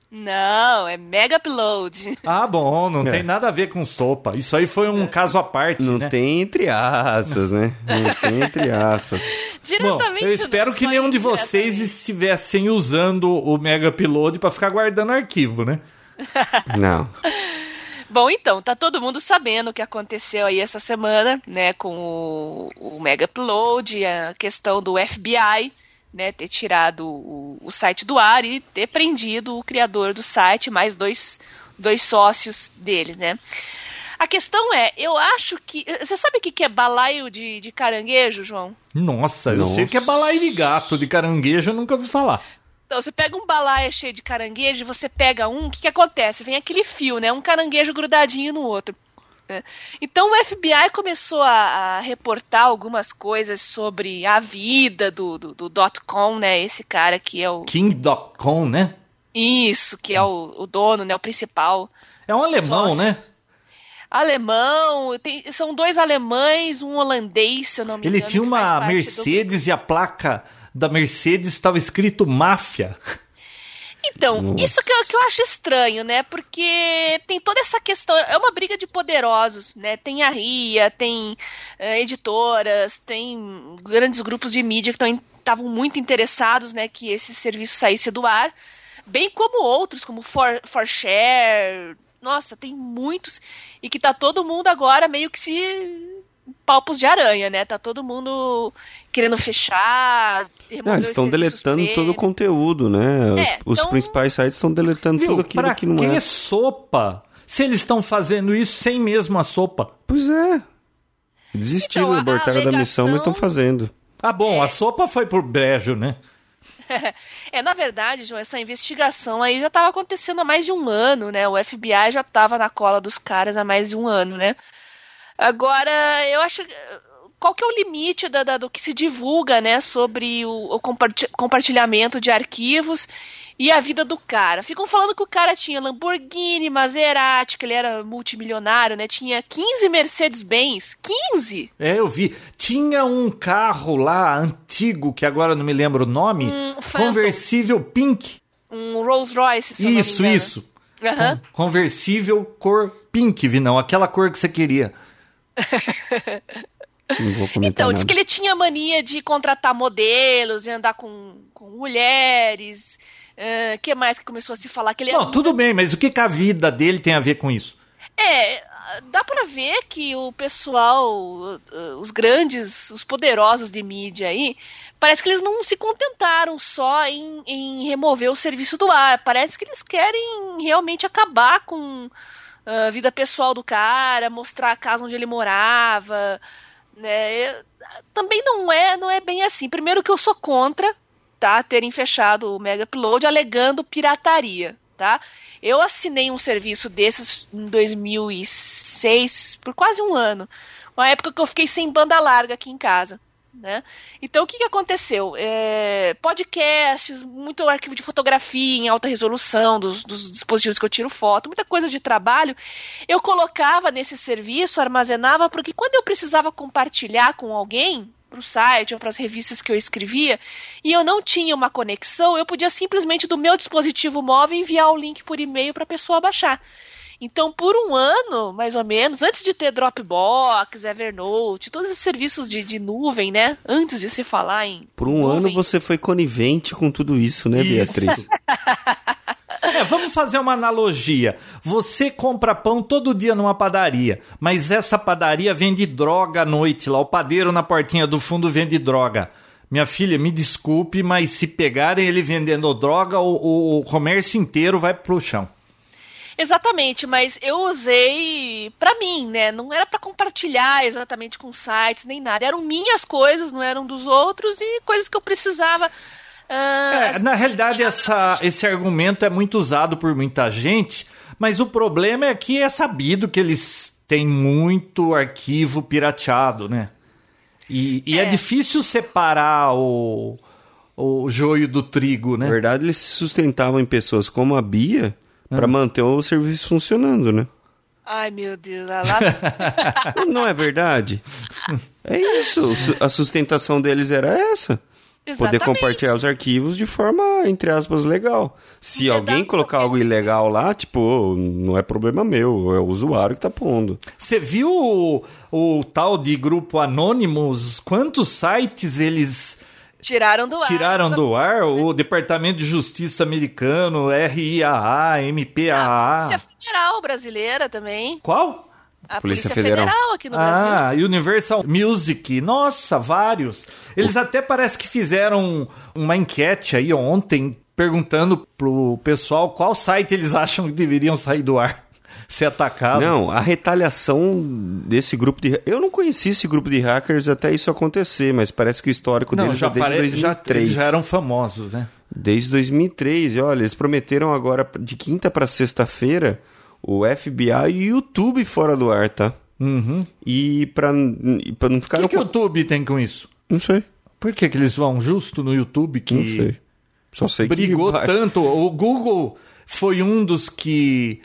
Speaker 2: Não, é Mega Upload.
Speaker 1: Ah, bom, não
Speaker 3: É.
Speaker 1: tem nada a ver com sopa. Isso aí foi um caso à parte,
Speaker 3: Não
Speaker 1: né?
Speaker 3: tem entre aspas, né? Não tem entre aspas.
Speaker 1: Bom,
Speaker 2: Diretamente.
Speaker 1: eu espero
Speaker 2: não,
Speaker 1: que
Speaker 2: só
Speaker 1: nenhum de vocês
Speaker 2: indiretamente.
Speaker 1: estivessem usando o Mega Upload para ficar guardando arquivo, né?
Speaker 3: Não.
Speaker 2: Bom, então, tá todo mundo sabendo o que aconteceu aí essa semana, né, com o, o Mega Upload, a questão do F B I, né, ter tirado o, o site do ar e ter prendido o criador do site, mais dois, dois sócios dele, né. A questão é, eu acho que... Você sabe o que que é balaio de, de caranguejo, João?
Speaker 1: Nossa, eu
Speaker 3: Nossa.
Speaker 1: sei que é balaio de gato, de caranguejo eu nunca ouvi falar.
Speaker 2: Então, você pega um balaio cheio de caranguejo, você pega um, o que, que acontece? Vem aquele fio, né? Um caranguejo grudadinho no outro. Né? Então, o F B I começou a, a reportar algumas coisas sobre a vida do, do, do dot-com, né? Esse cara que é o...
Speaker 1: King ponto com, né?
Speaker 2: Isso, que é o, o dono, né? O principal.
Speaker 1: É um alemão,
Speaker 2: Sócio.
Speaker 1: né?
Speaker 2: Alemão, tem, são dois alemães, um holandês, se eu não me
Speaker 1: Ele
Speaker 2: engano.
Speaker 1: tinha
Speaker 2: que faz
Speaker 1: uma
Speaker 2: parte do-
Speaker 1: Mercedes e a placa da Mercedes estava escrito máfia.
Speaker 2: Então,
Speaker 3: Nossa.
Speaker 2: isso que eu, que eu acho estranho, né? Porque tem toda essa questão, é uma briga de poderosos, né? Tem a R I A, tem eh, editoras, tem grandes grupos de mídia que estavam muito interessados, né, que esse serviço saísse do ar, bem como outros, como For, For Share. Nossa, tem muitos, e que tá todo mundo agora meio que se... palpos de aranha, né? Tá todo mundo querendo fechar, remover
Speaker 3: Não, eles
Speaker 2: os
Speaker 3: estão
Speaker 2: serviços
Speaker 3: deletando
Speaker 2: premium.
Speaker 3: todo o conteúdo, né? Os,
Speaker 2: É,
Speaker 3: os
Speaker 2: então-
Speaker 3: principais sites estão deletando
Speaker 1: Viu,
Speaker 3: tudo aquilo
Speaker 1: pra
Speaker 3: que não
Speaker 1: que
Speaker 3: é.
Speaker 1: sopa? Se eles estão fazendo isso sem mesmo a sopa.
Speaker 3: Pois é. Desistiram,
Speaker 2: Então, a- a
Speaker 3: abortaram da missão, mas estão
Speaker 2: alegação-
Speaker 3: fazendo.
Speaker 1: Ah, bom,
Speaker 2: É.
Speaker 1: a sopa foi pro brejo, né?
Speaker 2: É, na verdade, João, essa investigação aí já estava acontecendo há mais de um ano, né? O F B I já estava na cola dos caras há mais de um ano, né? Agora, eu acho... Qual que é o limite da, da- do que se divulga, né? Sobre o, o comparti- compartilhamento de arquivos e a vida do cara. Ficam falando que o cara tinha Lamborghini, Maserati, que ele era multimilionário, né? Tinha quinze Mercedes-Benz. quinze?
Speaker 1: É, eu vi. Tinha um carro lá antigo, que agora eu não me lembro o nome,
Speaker 2: Um Phantom.
Speaker 1: conversível pink.
Speaker 2: Um Rolls Royce, se eu não me
Speaker 1: Isso,
Speaker 2: engano.
Speaker 1: isso.
Speaker 2: Aham.
Speaker 1: Con- conversível cor pink, Vinão. Aquela cor que você queria.
Speaker 3: Não vou comentar
Speaker 2: Então, diz
Speaker 3: nada.
Speaker 2: que ele tinha mania de contratar modelos, de andar com, com mulheres. O que mais que começou a se falar? Que ele
Speaker 1: Não,
Speaker 2: era
Speaker 1: tudo bem, mas o que, que a vida dele tem a ver com isso?
Speaker 2: É, dá pra ver que o pessoal, uh, os grandes, os poderosos de mídia aí, parece que eles não se contentaram só em, em remover o serviço do ar. Parece que eles querem realmente acabar com a vida pessoal do cara, mostrar a casa onde ele morava, né? Eu- também não é, não é bem assim. Primeiro que eu sou contra, tá, terem fechado o Mega Upload alegando pirataria, tá? Eu assinei um serviço desses em dois mil e seis, por quase um ano. Uma época que eu fiquei sem banda larga aqui em casa, né? Então, o que, que aconteceu? É, podcasts, muito arquivo de fotografia em alta resolução dos, dos dispositivos que eu tiro foto, muita coisa de trabalho, eu colocava nesse serviço, armazenava, porque quando eu precisava compartilhar com alguém, para o site ou para as revistas que eu escrevia, e eu não tinha uma conexão, eu podia simplesmente do meu dispositivo móvel enviar o link por e-mail para a pessoa baixar. Então, por um ano, mais ou menos, antes de ter Dropbox, Evernote, todos esses serviços de, de nuvem, né? Antes de se falar em
Speaker 3: Por um
Speaker 2: nuvem.
Speaker 3: ano você foi conivente com tudo isso, né,
Speaker 1: Isso.
Speaker 3: Beatriz?
Speaker 1: É, vamos fazer uma analogia. Você compra pão todo dia numa padaria, mas essa padaria vende droga à noite lá. O padeiro na portinha do fundo vende droga. Minha filha, me desculpe, mas se pegarem ele vendendo droga, o, o comércio inteiro vai pro chão.
Speaker 2: Exatamente, mas eu usei pra mim, né? Não era pra compartilhar exatamente com sites nem nada. Eram minhas coisas, não eram dos outros e coisas que eu precisava. ah,
Speaker 1: É,
Speaker 2: as-
Speaker 1: na realidade, essa, esse argumento é muito usado por muita gente, mas o problema é que é sabido que eles têm muito arquivo pirateado, né? E, e é.
Speaker 2: É.
Speaker 1: difícil separar o, o joio do trigo,
Speaker 3: Na
Speaker 1: né?
Speaker 3: verdade, eles se sustentavam em pessoas como a Bia para manter o serviço funcionando, né?
Speaker 2: Ai, meu Deus, lá, lá-
Speaker 3: Não é verdade? É isso. Su- A sustentação deles era essa. Poder
Speaker 2: Exatamente.
Speaker 3: compartilhar os arquivos de forma, entre aspas, legal. Se
Speaker 2: Um
Speaker 3: alguém
Speaker 2: pedaço
Speaker 3: colocar algo
Speaker 2: daquele-
Speaker 3: ilegal lá, tipo, não é problema meu, é o usuário que tá pondo.
Speaker 1: Você viu o, o tal de grupo Anonymous? Quantos sites eles
Speaker 2: Tiraram do ar.
Speaker 1: tiraram do ar? O Departamento de Justiça americano, R I A A, M P A
Speaker 2: A
Speaker 1: A.
Speaker 2: Polícia Federal brasileira também.
Speaker 1: Qual?
Speaker 2: A
Speaker 3: Polícia
Speaker 2: Polícia,
Speaker 3: Federal.
Speaker 2: Federal. aqui no Brasil.
Speaker 1: Ah, Universal Music. Nossa, vários. Eles até parece que fizeram uma enquete aí ontem perguntando pro pessoal qual site eles acham que deveriam sair do ar, ser atacado.
Speaker 3: Não, a retaliação desse grupo de... Eu não conheci esse grupo de hackers até isso acontecer, mas parece que o histórico
Speaker 1: Não,
Speaker 3: deles
Speaker 1: já,
Speaker 3: é desde
Speaker 1: pare...
Speaker 3: dois mil
Speaker 1: já,
Speaker 3: e três.
Speaker 1: eles já eram famosos, né?
Speaker 3: Desde dois mil e três. E olha, eles prometeram agora, de quinta para sexta-feira, o F B I e o YouTube fora do ar, tá?
Speaker 1: Uhum.
Speaker 3: E pra, e pra não
Speaker 1: O
Speaker 3: ficar...
Speaker 1: que,
Speaker 3: no
Speaker 1: que o
Speaker 3: co-
Speaker 1: YouTube tem com isso?
Speaker 3: Não sei,
Speaker 1: Por que, que eles vão justo no YouTube que
Speaker 3: não sei. Só sei que...
Speaker 1: brigou
Speaker 3: vai-
Speaker 1: tanto? O Google foi um dos que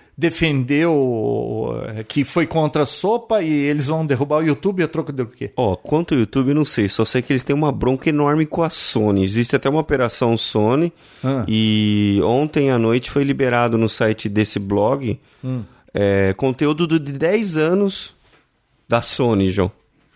Speaker 1: defendeu, que foi contra a sopa e eles vão derrubar o YouTube a troco do quê?
Speaker 3: Ó, quanto ao YouTube, eu não sei. Só sei que eles têm uma bronca enorme com a Sony. Existe até uma operação Sony.
Speaker 1: Ah.
Speaker 3: E ontem à noite foi liberado no site desse blog
Speaker 1: Hum.
Speaker 3: é, conteúdo de dez anos da Sony, João.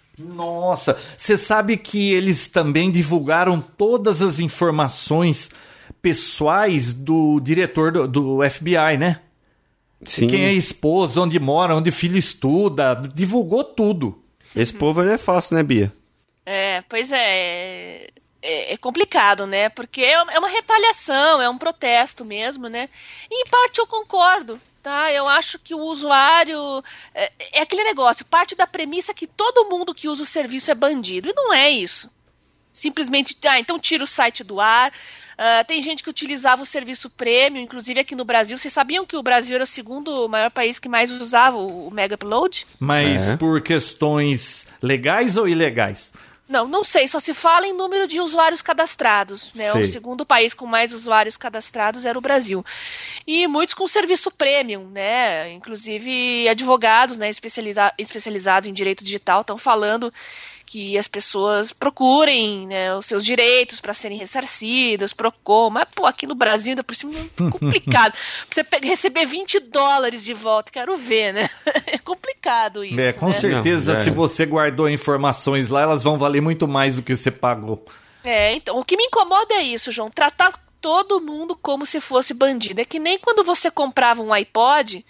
Speaker 1: Nossa, você sabe que eles também divulgaram todas as informações pessoais do diretor do, do F B I, né?
Speaker 3: Sim,
Speaker 1: Quem é esposa, onde mora, onde o filho estuda, divulgou tudo.
Speaker 3: esse povo não é fácil, né, Bia?
Speaker 2: É, pois é, é. É complicado, né? Porque é uma é uma retaliação, é um protesto mesmo, né? E em parte eu concordo, Tá, eu acho que o usuário é, é aquele negócio, parte da premissa que todo mundo que usa o serviço é bandido, e não é isso. Simplesmente, ah, então tira o site do ar. Uh, tem gente que utilizava o serviço premium, inclusive aqui no Brasil. Vocês sabiam que o Brasil era o segundo maior país que mais usava o, o Mega Upload?
Speaker 1: Mas
Speaker 3: é.
Speaker 1: por questões legais ou ilegais?
Speaker 2: Não, não sei, só se fala em número de usuários cadastrados, né?
Speaker 1: Sei.
Speaker 2: O segundo país com mais usuários cadastrados era o Brasil. E muitos com serviço premium, né? Inclusive advogados, né, especializa- especializados em direito digital estão falando que as pessoas procurem, né, os seus direitos para serem ressarcidas, Procon, mas pô, aqui no Brasil ainda por cima é complicado. Pra você pe- receber vinte dólares de volta, quero ver, né? É complicado isso,
Speaker 1: É, com
Speaker 2: né?
Speaker 1: certeza,
Speaker 3: Não, é.
Speaker 1: se você guardou informações lá, elas vão valer muito mais do que você pagou.
Speaker 2: É, então, o que me incomoda é isso, João, tratar todo mundo como se fosse bandido. É que nem quando você comprava um iPod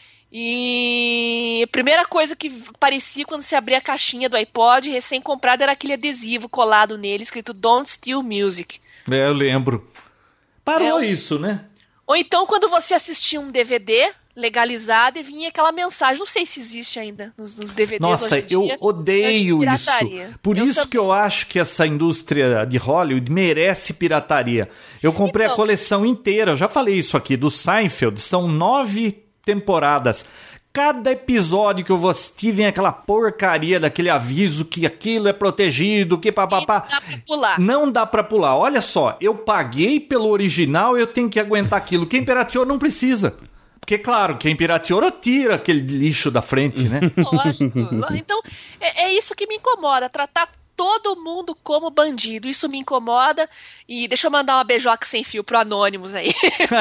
Speaker 2: e a primeira coisa que parecia quando você abria a caixinha do iPod recém-comprado era aquele adesivo colado nele, escrito Don't Steal Music.
Speaker 1: É, eu lembro. Parou
Speaker 2: É,
Speaker 1: isso, né?
Speaker 2: Ou então quando você assistia um D V D legalizado e vinha aquela mensagem, não sei se existe ainda nos, nos D V Ds
Speaker 1: Nossa,
Speaker 2: hoje em
Speaker 1: eu
Speaker 2: dia,
Speaker 1: odeio isso.
Speaker 2: antipirataria.
Speaker 1: Por
Speaker 2: Eu
Speaker 1: isso
Speaker 2: também.
Speaker 1: que eu acho que essa indústria de Hollywood merece pirataria. Eu comprei
Speaker 2: Então.
Speaker 1: a coleção inteira, eu já falei isso aqui, do Seinfeld, são nove temporadas. Cada episódio que eu vou assistir vem aquela porcaria daquele aviso que aquilo é protegido, que papapá.
Speaker 2: E não dá pra pular.
Speaker 1: Não dá pra pular. Olha só, eu paguei pelo original, eu tenho que aguentar aquilo. Quem pirateou não precisa. Porque, claro, quem pirateou tira aquele lixo da frente, né?
Speaker 2: Lógico. Então, é, é isso que me incomoda, tratar todo mundo como bandido. Isso me incomoda. E deixa eu mandar uma beijoca sem fio pro Anonymous aí.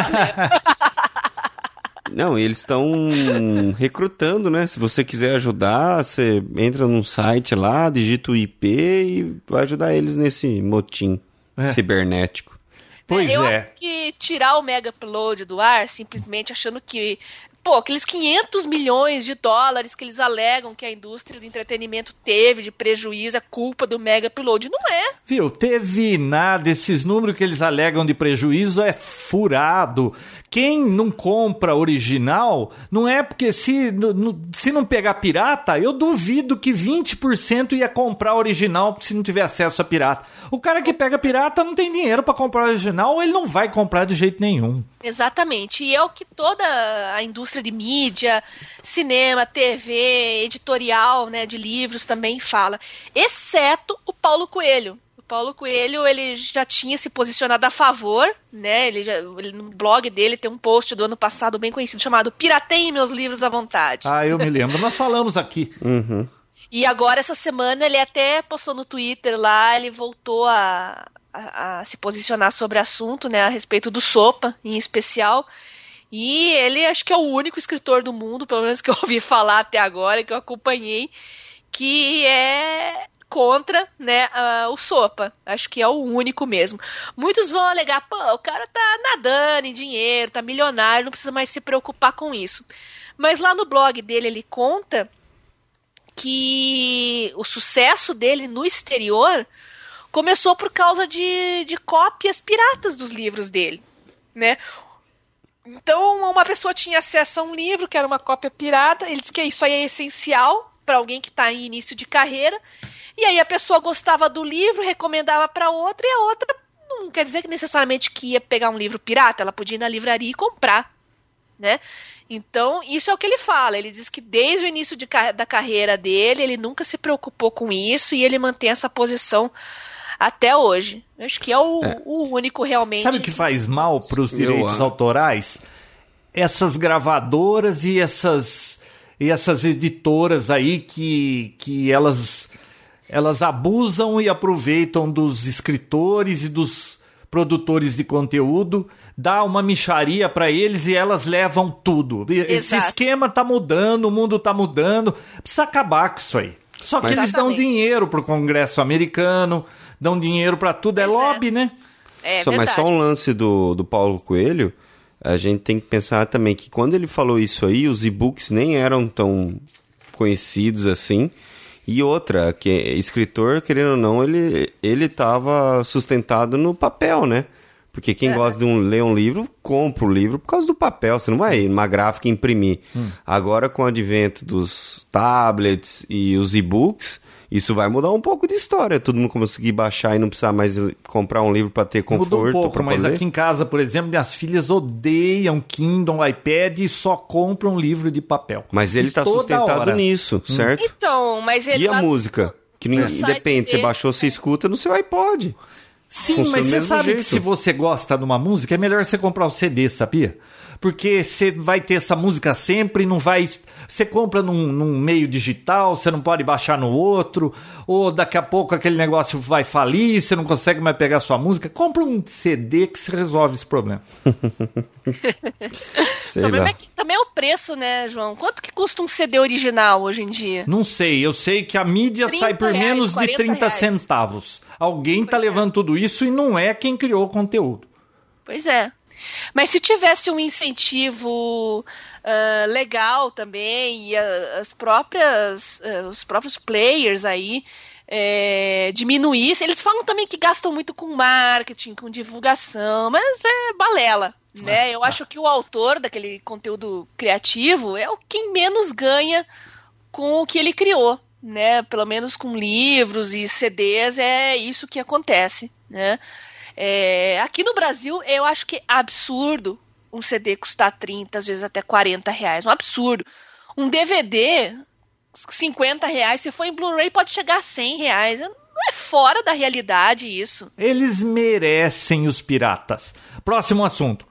Speaker 3: Não, eles estão recrutando, né? Se você quiser ajudar, você entra num site lá, digita o I P e vai ajudar eles nesse motim
Speaker 1: É.
Speaker 3: cibernético.
Speaker 1: Pois
Speaker 2: eu
Speaker 1: é.
Speaker 2: acho que tirar o Mega Upload do ar, simplesmente achando que, pô, aqueles quinhentos milhões de dólares que eles alegam que a indústria do entretenimento teve de prejuízo, é culpa do Mega Upload. Não é.
Speaker 1: Viu, teve nada, esses números que eles alegam de prejuízo é furado. Quem não compra original, não é porque se, no, se não pegar pirata, eu duvido que vinte por cento ia comprar original se não tiver acesso a pirata. O cara que pega pirata não tem dinheiro pra comprar original, ou ele não vai comprar de jeito nenhum.
Speaker 2: Exatamente, e é o que toda a indústria de mídia, cinema, T V, editorial, né, de livros também fala, exceto o Paulo Coelho. O Paulo Coelho, ele já tinha se posicionado a favor, né, ele já, ele, no blog dele tem um post do ano passado bem conhecido chamado Pirateiem meus livros à vontade.
Speaker 1: Ah, eu me lembro, nós falamos aqui.
Speaker 3: Uhum.
Speaker 2: E agora, essa semana, ele até postou no Twitter lá, ele voltou a, a, a se posicionar sobre o assunto, né, a respeito do Sopa, em especial. E ele, acho que é o único escritor do mundo, pelo menos que eu ouvi falar até agora, que eu acompanhei, que é contra, né, uh, o Sopa. Acho que é o único mesmo. Muitos vão alegar, pô, o cara tá nadando em dinheiro, tá milionário, não precisa mais se preocupar com isso. Mas lá no blog dele, ele conta que o sucesso dele no exterior começou por causa de, de cópias piratas dos livros dele, né? Então, uma pessoa tinha acesso a um livro que era uma cópia pirata, ele disse que isso aí é essencial para alguém que está em início de carreira, e aí a pessoa gostava do livro, recomendava para outra, e a outra não quer dizer que necessariamente que ia pegar um livro pirata, ela podia ir na livraria e comprar, né? Então, isso é o que ele fala. Ele diz que desde o início de, da carreira dele, ele nunca se preocupou com isso e ele mantém essa posição até hoje. Eu acho que é o, é. o único realmente...
Speaker 1: Sabe o que faz mal para os direitos Eu... autorais? Essas gravadoras e essas, e essas editoras aí que, que elas, elas abusam e aproveitam dos escritores e dos produtores de conteúdo, dá uma mixaria para eles e elas levam tudo. Esse
Speaker 2: Exato.
Speaker 1: esquema tá mudando, o mundo tá mudando, precisa acabar com isso aí. Só que Mas, eles exatamente. dão dinheiro pro Congresso americano, dão dinheiro para tudo, é pois lobby, é. né?
Speaker 2: É,
Speaker 3: só, mas só um lance do, do Paulo Coelho, a gente tem que pensar também que quando ele falou isso aí, os e-books nem eram tão conhecidos assim. E outra, que escritor, querendo ou não, ele ele estava sustentado no papel, né? Porque quem é. gosta de um, ler um livro, compra o livro por causa do papel. Você não vai numa gráfica imprimir. Hum. Agora, com o advento dos tablets e os e-books, isso vai mudar um pouco de história. Todo mundo conseguir baixar e não precisar mais comprar um livro para ter conforto.
Speaker 1: Muda um pouco, mas aqui em casa, por exemplo, minhas filhas odeiam Kindle, iPad e só compram livro de papel.
Speaker 3: Mas ele está sustentado hora. nisso, hum. certo?
Speaker 2: Então, mas ele...
Speaker 3: E a música? Que não depende, você baixou, você escuta no seu iPod.
Speaker 1: Sim,
Speaker 3: Funciona
Speaker 1: mas você sabe
Speaker 3: jeito.
Speaker 1: que se você gosta de uma música, é melhor você comprar o C D, sabia? Porque você vai ter essa música sempre, não vai... Você compra num, num meio digital, você não pode baixar no outro, ou daqui a pouco aquele negócio vai falir, você não consegue mais pegar a sua música. Compra um C D que se resolve esse problema.
Speaker 2: O problema é que também é o preço, né, João? Quanto que custa um C D original hoje em dia?
Speaker 1: Não sei, eu sei que a mídia sai por reais, menos de trinta reais. Centavos. Alguém pois tá é. levando tudo isso e não é quem criou o conteúdo.
Speaker 2: Pois é. Mas se tivesse um incentivo uh, legal também, e a, as próprias, uh, os próprios players aí é, diminuíssem, eles falam também que gastam muito com marketing, com divulgação, mas é balela, né? Eu acho que o autor daquele conteúdo criativo é o quem menos ganha com o que ele criou, né? Pelo menos com livros e C Ds é isso que acontece, né? É, aqui no Brasil, eu acho que é absurdo um C D custar trinta, às vezes até quarenta reais. Um absurdo. Um D V D, cinquenta reais. Se for em Blu-ray, pode chegar a cem reais. Não é fora da realidade isso.
Speaker 1: Eles merecem os piratas. Próximo assunto.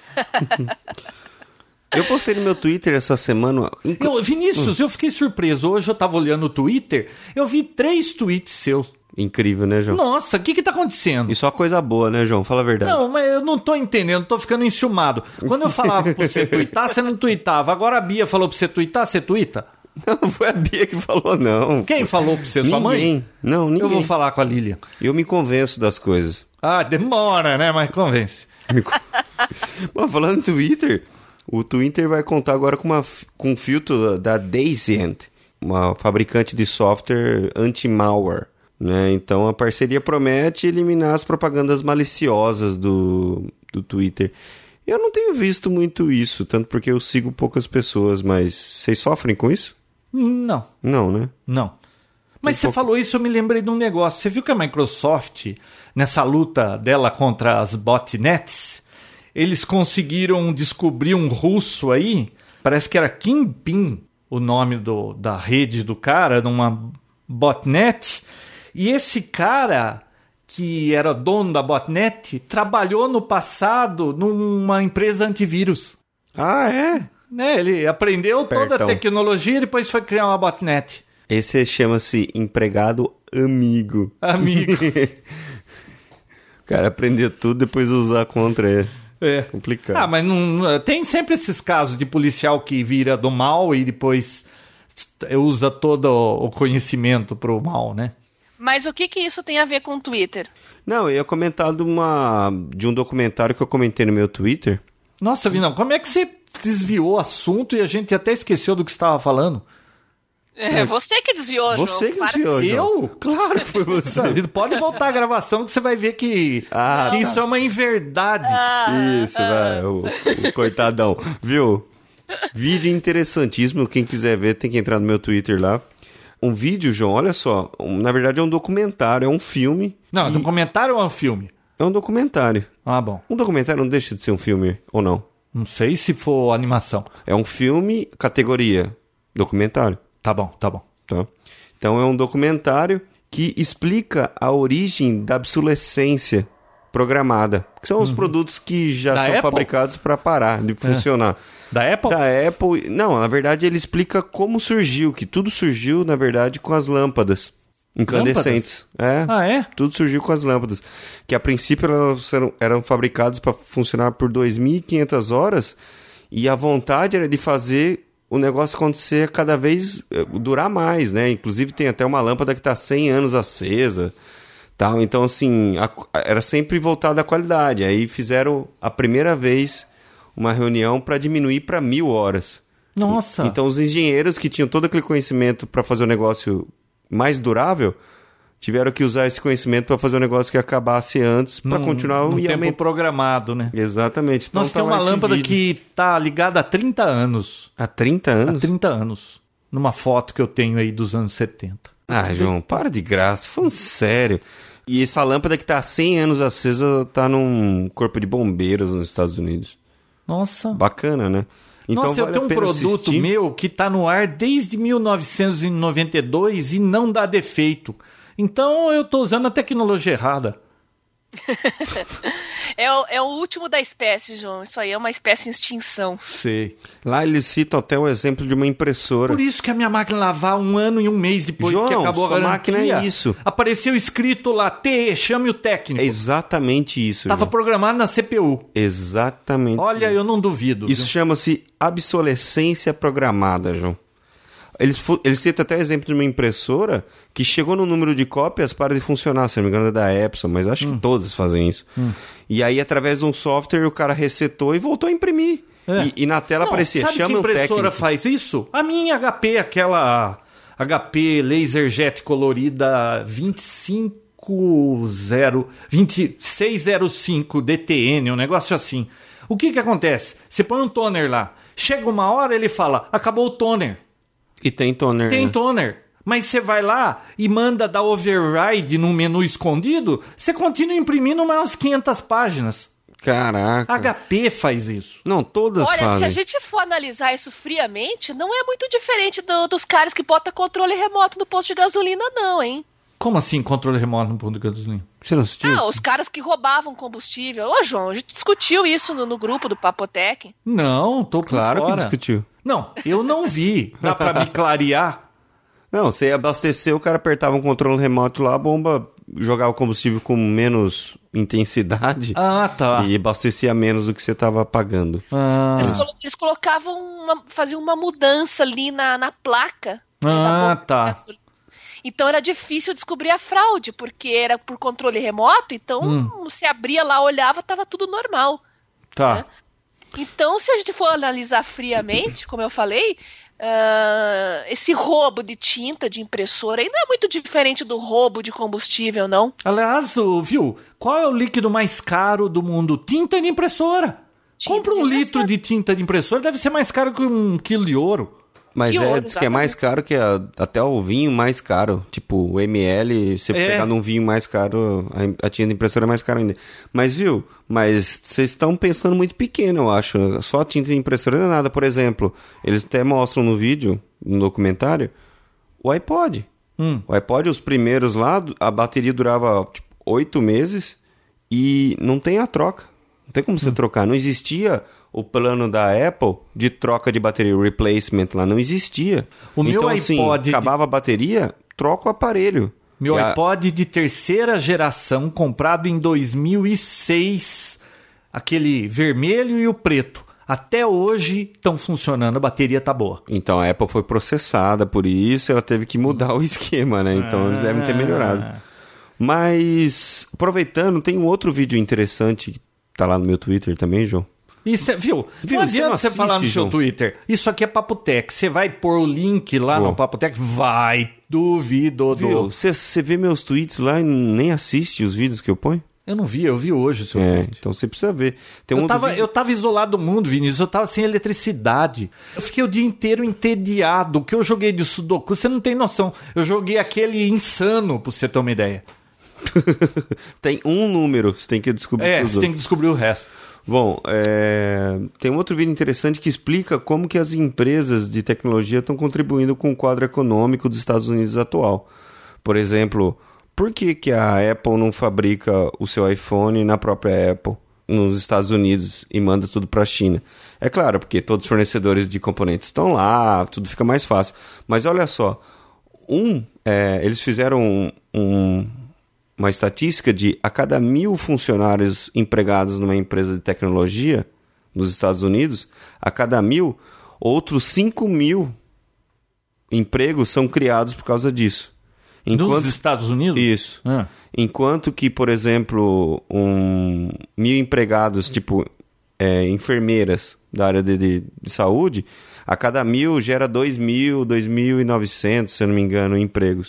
Speaker 3: Eu postei no meu Twitter essa semana...
Speaker 1: Eu, Vinícius, hum. eu fiquei surpreso. Hoje eu tava olhando o Twitter, eu vi três tweets seus.
Speaker 3: Incrível, né, João?
Speaker 1: Nossa, o que que tá acontecendo?
Speaker 3: E só coisa boa, né, João? Fala a verdade.
Speaker 1: Não, mas eu não tô entendendo, tô ficando enciumado. Quando eu falava pra você twittar, você não tweetava. Agora a Bia falou pra você twittar, você twita?
Speaker 3: Não, foi a Bia que falou, não.
Speaker 1: Quem falou pra você? Sua
Speaker 3: ninguém.
Speaker 1: mãe?
Speaker 3: Não, ninguém.
Speaker 1: Eu vou falar com a Lilian.
Speaker 3: Eu me convenço das coisas.
Speaker 1: Ah, demora, né? Mas convence.
Speaker 3: Bom, falando em Twitter, o Twitter vai contar agora com, uma, com um filtro da Dazend, uma fabricante de software anti-malware. Né? Então a parceria promete eliminar as propagandas maliciosas do, do Twitter. Eu não tenho visto muito isso, tanto porque eu sigo poucas pessoas, mas vocês sofrem com isso?
Speaker 1: Não.
Speaker 3: Não, né?
Speaker 1: Não. Mas você pouco... falou isso, eu me lembrei de um negócio. Você viu que a Microsoft, nessa luta dela contra as botnets, eles conseguiram descobrir um russo aí, parece que era Kingpin, o nome do, da rede do cara, numa botnet. E esse cara, que era dono da botnet, trabalhou no passado numa empresa antivírus.
Speaker 3: Ah, é?
Speaker 1: Né? Ele aprendeu Espertão. toda a tecnologia e depois foi criar uma botnet.
Speaker 3: Esse chama-se empregado amigo.
Speaker 1: Amigo.
Speaker 3: O cara aprendeu tudo depois usar contra ele.
Speaker 1: É.
Speaker 3: Complicado.
Speaker 1: Ah, mas não, tem sempre esses casos de policial que vira do mal e depois usa todo o conhecimento pro mal, né?
Speaker 2: Mas o que que isso tem a ver com o Twitter?
Speaker 3: Não, eu ia comentar de, uma, de um documentário que eu comentei no meu Twitter.
Speaker 1: Nossa, Vinão, como é que você desviou o assunto e a gente até esqueceu do que você estava falando?
Speaker 2: É você que desviou, João.
Speaker 3: Você que desviou, João.
Speaker 1: Eu?
Speaker 3: Claro que foi você.
Speaker 1: Pode voltar a gravação que você vai ver que, ah, que tá. isso é uma inverdade.
Speaker 2: Ah,
Speaker 3: isso, ah, vai, o, o coitadão. Viu? Vídeo interessantíssimo. Quem quiser ver tem que entrar no meu Twitter lá. Um vídeo, João, olha só. Um, na verdade é um documentário, é um filme.
Speaker 1: Não, é
Speaker 3: um
Speaker 1: documentário ou é um filme?
Speaker 3: É um documentário.
Speaker 1: Ah, bom.
Speaker 3: Um documentário não deixa de ser um filme, ou não?
Speaker 1: Não sei se for animação.
Speaker 3: É um filme, categoria documentário.
Speaker 1: Tá bom, tá bom.
Speaker 3: Tá? Então é um documentário que explica a origem da obsolescência programada. Que são os uhum. produtos que já
Speaker 1: da
Speaker 3: são
Speaker 1: Apple?
Speaker 3: fabricados para parar de funcionar.
Speaker 1: É. Da Apple?
Speaker 3: Da Apple. Não, na verdade ele explica como surgiu, que tudo surgiu, na verdade, com as lâmpadas incandescentes. É,
Speaker 1: ah, é?
Speaker 3: Tudo surgiu com as lâmpadas. Que a princípio elas eram, eram fabricadas para funcionar por dois mil e quinhentas horas e a vontade era de fazer o negócio acontecer cada vez, durar mais, né? Inclusive tem até uma lâmpada que está cem anos acesa. Tal. Então, assim, a, era sempre voltado à qualidade. Aí fizeram a primeira vez uma reunião para diminuir para mil horas.
Speaker 1: Nossa!
Speaker 3: Então, os engenheiros que tinham todo aquele conhecimento para fazer o negócio mais durável tiveram que usar esse conhecimento para fazer um negócio que acabasse antes, para continuar
Speaker 1: no
Speaker 3: o
Speaker 1: tempo programado, né?
Speaker 3: Exatamente. Então,
Speaker 1: Nossa,
Speaker 3: tá
Speaker 1: tem uma
Speaker 3: lá esse
Speaker 1: lâmpada
Speaker 3: vídeo.
Speaker 1: que tá ligada há trinta anos.
Speaker 3: Há trinta anos?
Speaker 1: Há trinta anos. Numa foto que eu tenho aí dos anos setenta.
Speaker 3: Ah, João, para de graça. Falando sério. E essa lâmpada que tá há cem anos acesa tá num corpo de bombeiros nos Estados Unidos.
Speaker 1: Nossa.
Speaker 3: Bacana, né? Então,
Speaker 1: Nossa,
Speaker 3: vale
Speaker 1: eu tenho
Speaker 3: a
Speaker 1: um
Speaker 3: pena
Speaker 1: produto
Speaker 3: assistir.
Speaker 1: meu que tá no ar desde mil novecentos e noventa e dois e não dá defeito. Então eu tô usando a tecnologia errada.
Speaker 2: É o, é o último da espécie, João. Isso aí é uma espécie em extinção.
Speaker 1: Sei.
Speaker 3: Lá eles citam até o exemplo de uma impressora.
Speaker 1: Por isso que a minha máquina lavar um ano e um mês depois
Speaker 3: João,
Speaker 1: que acabou a
Speaker 3: sua
Speaker 1: garantia.
Speaker 3: máquina é isso.
Speaker 1: Apareceu escrito lá, T, chame o técnico.
Speaker 3: É exatamente isso.
Speaker 1: Tava
Speaker 3: João.
Speaker 1: programado na C P U.
Speaker 3: Exatamente.
Speaker 1: Olha, eu não duvido.
Speaker 3: Isso
Speaker 1: viu?
Speaker 3: chama-se obsolescência programada, João. Eles, fu- eles citam até o exemplo de uma impressora que chegou no número de cópias para de funcionar, se não me engano é da Epson, mas acho
Speaker 1: Hum.
Speaker 3: que todas fazem isso.
Speaker 1: Hum.
Speaker 3: E aí, através de um software, o cara resetou e voltou a imprimir.
Speaker 1: É.
Speaker 3: E, e na tela
Speaker 1: Não,
Speaker 3: aparecia,
Speaker 1: sabe
Speaker 3: chama
Speaker 1: que
Speaker 3: o
Speaker 1: impressora
Speaker 3: técnico.
Speaker 1: faz isso? A minha H P, aquela H P LaserJet colorida vinte e cinco zero, vinte e seis zero cinco D T N, um negócio assim. O que que acontece? Você põe um toner lá. Chega uma hora, ele fala, acabou o toner.
Speaker 3: E tem toner.
Speaker 1: Tem
Speaker 3: né?
Speaker 1: toner. Mas você vai lá e manda dar override num menu escondido, você continua imprimindo mais umas quinhentas páginas.
Speaker 3: Caraca.
Speaker 1: A H P faz isso.
Speaker 3: Não, todas
Speaker 2: Olha,
Speaker 3: fazem.
Speaker 2: se a gente for analisar isso friamente, não é muito diferente do- dos caras que botam controle remoto no posto de gasolina, não, hein?
Speaker 1: Como assim controle remoto no ponto de gasolina?
Speaker 3: Você não assistiu?
Speaker 2: Ah, os caras que roubavam combustível. Ô, João, a gente discutiu isso no, no grupo do Papotec.
Speaker 1: Não, tô por
Speaker 3: Claro
Speaker 1: fora.
Speaker 3: que discutiu.
Speaker 1: Não, eu não vi. Dá pra me clarear?
Speaker 3: Não, você ia abastecer, o cara apertava um controle remoto lá, a bomba jogava o combustível com menos intensidade
Speaker 1: Ah, tá.
Speaker 3: e abastecia menos do que você estava pagando.
Speaker 1: Ah,
Speaker 2: Eles, colo- eles colocavam uma, faziam uma mudança ali na, na placa. né,
Speaker 1: Ah,
Speaker 2: da bomba de
Speaker 1: tá.
Speaker 2: gasolina. Então era difícil descobrir a fraude, porque era por controle remoto, então
Speaker 1: Hum.
Speaker 2: você abria lá, olhava, tava tudo normal.
Speaker 1: tá.
Speaker 2: Então, se a gente for analisar friamente, como eu falei, ah, esse roubo de tinta de impressora aí não é muito diferente do roubo de combustível, não.
Speaker 1: Aliás, ô, viu? Qual é o líquido mais caro do mundo? Tinta de impressora.
Speaker 2: Tinta
Speaker 1: Compra um
Speaker 2: de impressora.
Speaker 1: litro de tinta de impressora, deve ser mais caro que um quilo de ouro.
Speaker 3: Mas
Speaker 2: Que
Speaker 3: é,
Speaker 2: ouro,
Speaker 3: diz que é mais caro que a- até o vinho mais caro. Tipo, o M L, você
Speaker 1: É.
Speaker 3: pegar num vinho mais caro, a, a tinta de impressora é mais cara ainda. Mas, viu? Mas vocês estão pensando muito pequeno, eu acho. Só a tinta de impressora não é nada. Por exemplo, eles até mostram no vídeo, no documentário, o iPod.
Speaker 1: Hum.
Speaker 3: O iPod, os primeiros lá, a bateria durava, tipo, oito meses e não tem a troca. Não tem como você trocar. Não existia o plano da Apple de troca de bateria, replacement lá. Não existia.
Speaker 1: O meu
Speaker 3: então, assim,
Speaker 1: iPod de-
Speaker 3: acabava a bateria, troca o aparelho.
Speaker 1: Meu
Speaker 3: E a-
Speaker 1: iPod de terceira geração, comprado em dois mil e seis, aquele vermelho e o preto. Até hoje estão funcionando, a bateria tá boa.
Speaker 3: Então a Apple foi processada por isso, ela teve que mudar o esquema, né? Então eles devem ter melhorado.
Speaker 1: Ah.
Speaker 3: Mas, aproveitando, tem um outro vídeo interessante que tá lá no meu Twitter também, João.
Speaker 1: E cê, viu?
Speaker 3: Viu,
Speaker 1: Não
Speaker 3: você
Speaker 1: adianta
Speaker 3: não
Speaker 1: você falar no
Speaker 3: assiste,
Speaker 1: seu
Speaker 3: João?
Speaker 1: Twitter. Isso aqui é Papotec. Você vai pôr o link lá
Speaker 3: Vou.
Speaker 1: no Papotec? Vai, duvido.
Speaker 3: Viu? Você vê meus tweets lá e nem assiste os vídeos que eu ponho?
Speaker 1: Eu não vi, eu vi hoje o seu
Speaker 3: É,
Speaker 1: tweet.
Speaker 3: então você precisa ver. Tem um
Speaker 1: Eu
Speaker 3: outro
Speaker 1: tava,
Speaker 3: vídeo-
Speaker 1: eu tava isolado do mundo, Vinícius. Eu tava sem eletricidade. Eu fiquei o dia inteiro entediado. O que eu joguei de Sudoku, você não tem noção. Eu joguei aquele insano, pra você ter uma ideia.
Speaker 3: Tem um número, você tem que descobrir
Speaker 1: É,
Speaker 3: tudo.
Speaker 1: você tem que descobrir o resto.
Speaker 3: Bom, é, tem um outro vídeo interessante que explica como que as empresas de tecnologia estão contribuindo com o quadro econômico dos Estados Unidos atual. Por exemplo, por que, que a Apple não fabrica o seu iPhone na própria Apple, nos Estados Unidos, e manda tudo para a China? É claro, porque todos os fornecedores de componentes estão lá, tudo fica mais fácil. Mas olha só, um, é, eles fizeram um... um uma estatística de a cada mil funcionários empregados numa empresa de tecnologia nos Estados Unidos, a cada mil, outros cinco mil empregos são criados por causa disso.
Speaker 1: Nos Estados Unidos?
Speaker 3: Isso.
Speaker 1: Ah.
Speaker 3: Enquanto que, por exemplo, um, mil empregados, tipo é, enfermeiras da área de, de, de saúde, a cada mil gera dois mil, dois mil e novecentos, se eu não me engano, empregos.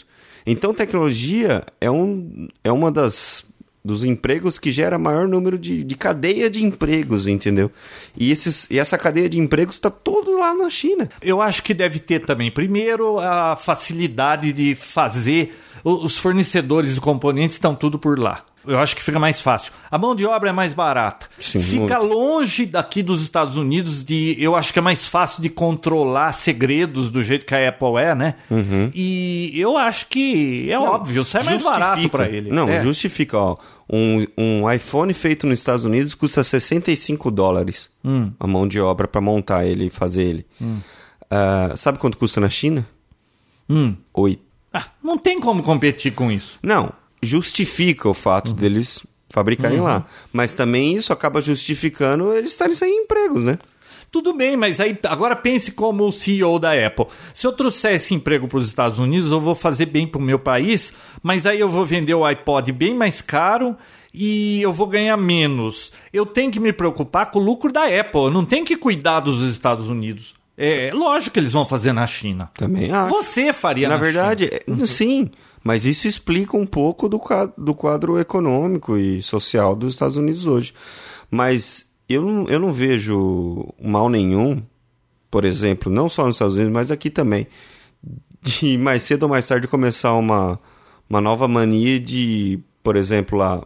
Speaker 3: Então, tecnologia é, um, é uma das... dos empregos que gera maior número de, de cadeia de empregos, entendeu? E, esses, e essa cadeia de empregos está todo lá na China.
Speaker 1: Eu acho que deve ter também, primeiro, a facilidade de fazer... Os fornecedores de componentes estão tudo por lá. Eu acho que fica mais fácil. A mão de obra é mais barata.
Speaker 3: Sim,
Speaker 1: fica
Speaker 3: muito.
Speaker 1: longe daqui dos Estados Unidos de... Eu acho que é mais fácil de controlar segredos do jeito que a Apple é, né?
Speaker 3: Uhum.
Speaker 1: E eu acho que é
Speaker 3: Não,
Speaker 1: óbvio, sai mais barato para ele.
Speaker 3: Não,
Speaker 1: é.
Speaker 3: justifica, ó. Um, um iPhone feito nos Estados Unidos custa sessenta e cinco dólares.
Speaker 1: Hum.
Speaker 3: A mão de obra para montar ele e fazer ele.
Speaker 1: Hum.
Speaker 3: Uh, sabe quanto custa na China?
Speaker 1: Hum.
Speaker 3: Oito.
Speaker 1: Ah, não tem como competir com isso.
Speaker 3: Não, justifica o fato uhum. deles fabricarem uhum. lá. Mas também isso acaba justificando eles estarem sem empregos, né?
Speaker 1: Tudo bem, mas aí agora pense como o C E O da Apple. Se eu trouxer esse emprego para os Estados Unidos, eu vou fazer bem para o meu país, mas aí eu vou vender o iPod bem mais caro e eu vou ganhar menos. Eu tenho que me preocupar com o lucro da Apple, eu não tenho que cuidar dos Estados Unidos. É lógico que eles vão fazer na China.
Speaker 3: Também acho.
Speaker 1: Você faria na,
Speaker 3: na verdade,
Speaker 1: China.
Speaker 3: Uhum. Sim, mas isso explica um pouco do quadro, do quadro econômico e social dos Estados Unidos hoje. Mas eu não, eu não vejo mal nenhum, por exemplo, não só nos Estados Unidos, mas aqui também, de mais cedo ou mais tarde começar uma, uma nova mania de, por exemplo, lá,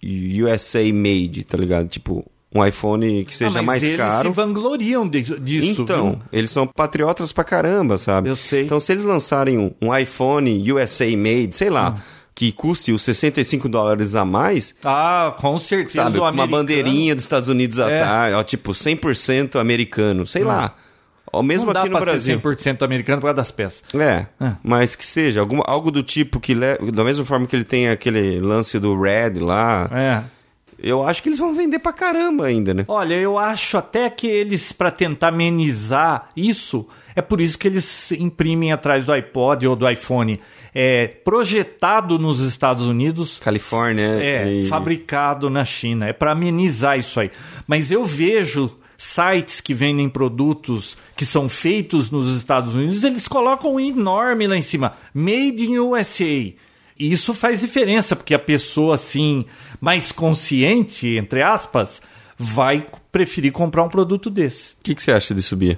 Speaker 3: U S A Made, tá ligado? Tipo... um iPhone que seja
Speaker 1: ah,
Speaker 3: mais
Speaker 1: eles
Speaker 3: caro.
Speaker 1: Eles se vangloriam de, disso.
Speaker 3: Então,
Speaker 1: viu?
Speaker 3: Eles são patriotas pra caramba, sabe?
Speaker 1: Eu sei.
Speaker 3: Então, se eles lançarem um, um iPhone U S A Made, sei lá, hum. que custe os sessenta e cinco dólares a mais...
Speaker 1: Ah, com certeza.
Speaker 3: Sabe,
Speaker 1: o
Speaker 3: uma
Speaker 1: americano...
Speaker 3: bandeirinha dos Estados Unidos
Speaker 1: é.
Speaker 3: atrás, ó, tipo, cem por cento americano, sei hum. lá. Ó, mesmo
Speaker 1: não
Speaker 3: aqui
Speaker 1: dá
Speaker 3: no
Speaker 1: pra
Speaker 3: Brasil.
Speaker 1: Ser cem por cento americano por causa das peças.
Speaker 3: É,
Speaker 1: é.
Speaker 3: mas que seja, algum, algo do tipo que... Le... Da mesma forma que ele tem aquele lance do Red lá...
Speaker 1: É.
Speaker 3: Eu acho que eles vão vender pra caramba ainda, né?
Speaker 1: Olha, eu acho até que eles, pra tentar amenizar isso, é por isso que eles imprimem atrás do iPod ou do iPhone. É projetado nos Estados Unidos.
Speaker 3: Califórnia.
Speaker 1: É,
Speaker 3: e...
Speaker 1: fabricado na China. É pra amenizar isso aí. Mas eu vejo sites que vendem produtos que são feitos nos Estados Unidos, eles colocam um enorme lá em cima. Made in U S A. E isso faz diferença, porque a pessoa, assim, mais consciente, entre aspas, vai preferir comprar um produto desse.
Speaker 3: O que, que você acha disso, Bia?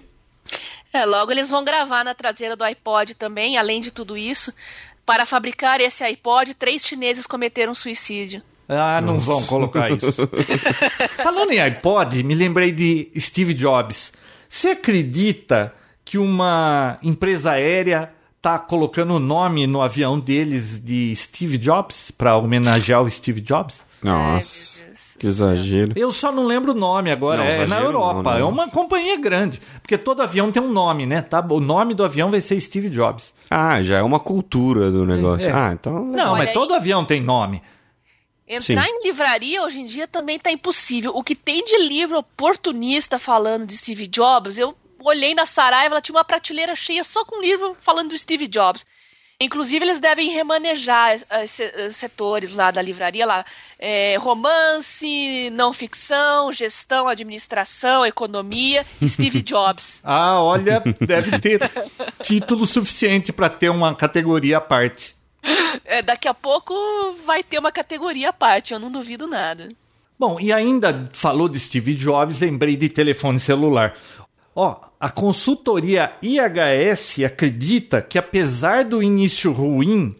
Speaker 2: É, logo eles vão gravar na traseira do iPod também, além de tudo isso. Para fabricar esse iPod, três chineses cometeram suicídio.
Speaker 1: Ah, não Nossa. Vão colocar isso. Falando em iPod, me lembrei de Steve Jobs. Você acredita que uma empresa aérea... tá colocando o nome no avião deles de Steve Jobs, para homenagear o Steve Jobs?
Speaker 3: Nossa, é, que exagero.
Speaker 1: Eu só não lembro o nome agora, não, é na Europa, não, não. É uma companhia grande, porque todo avião tem um nome, né? Tá? O nome do avião vai ser Steve Jobs.
Speaker 3: Ah, já é uma cultura do negócio. É. Ah, então...
Speaker 1: Não,
Speaker 2: Olha
Speaker 1: mas
Speaker 2: aí.
Speaker 1: Todo avião tem nome.
Speaker 2: Entrar Sim. em livraria hoje em dia também tá impossível. O que tem de livro oportunista falando de Steve Jobs, eu olhei na Saraiva, ela tinha uma prateleira cheia só com livro falando do Steve Jobs. Inclusive, eles devem remanejar os setores lá da livraria, lá, é, romance, não ficção, gestão, administração, economia, Steve Jobs.
Speaker 1: Ah, olha, deve ter título suficiente para ter uma categoria à parte.
Speaker 2: É, daqui a pouco vai ter uma categoria à parte, eu não duvido nada.
Speaker 1: Bom, e ainda falou de Steve Jobs, lembrei de telefone celular. Ó, a consultoria I H S acredita que apesar do início ruim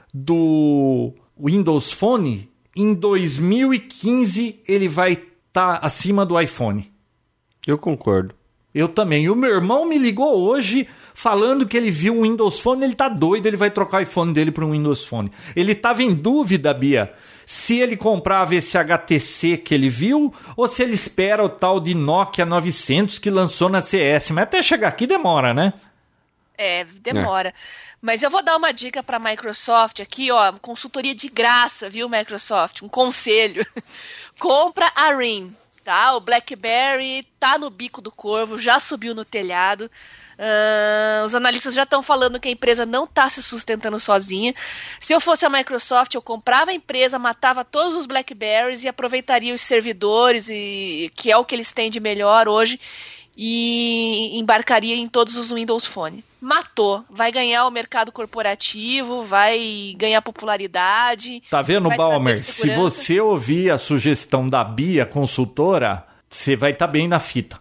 Speaker 1: do Windows Phone, em dois mil e quinze ele vai estar tá acima do iPhone.
Speaker 3: Eu concordo.
Speaker 1: Eu também. E o meu irmão me ligou hoje falando que ele viu um Windows Phone, ele tá doido, ele vai trocar o iPhone dele para um Windows Phone. Ele tava em dúvida, Bia, se ele comprava esse H T C que ele viu ou se ele espera o tal de Nokia novecentos que lançou na C S. Mas até chegar aqui demora, né?
Speaker 2: É, demora. É. Mas eu vou dar uma dica para a Microsoft aqui, ó, consultoria de graça, viu, Microsoft? Um conselho. Compra a RIM, tá? O BlackBerry tá no bico do corvo, já subiu no telhado. Uh, os analistas já estão falando que a empresa não está se sustentando sozinha. Se eu fosse a Microsoft, eu comprava a empresa, matava todos os BlackBerrys e aproveitaria os servidores, e, que é o que eles têm de melhor hoje, e embarcaria em todos os Windows Phone. Matou. Vai ganhar o mercado corporativo, vai ganhar popularidade.
Speaker 1: Tá vendo, Balmer? Se você ouvir a sugestão da Bia, consultora, você vai estar tá bem na fita.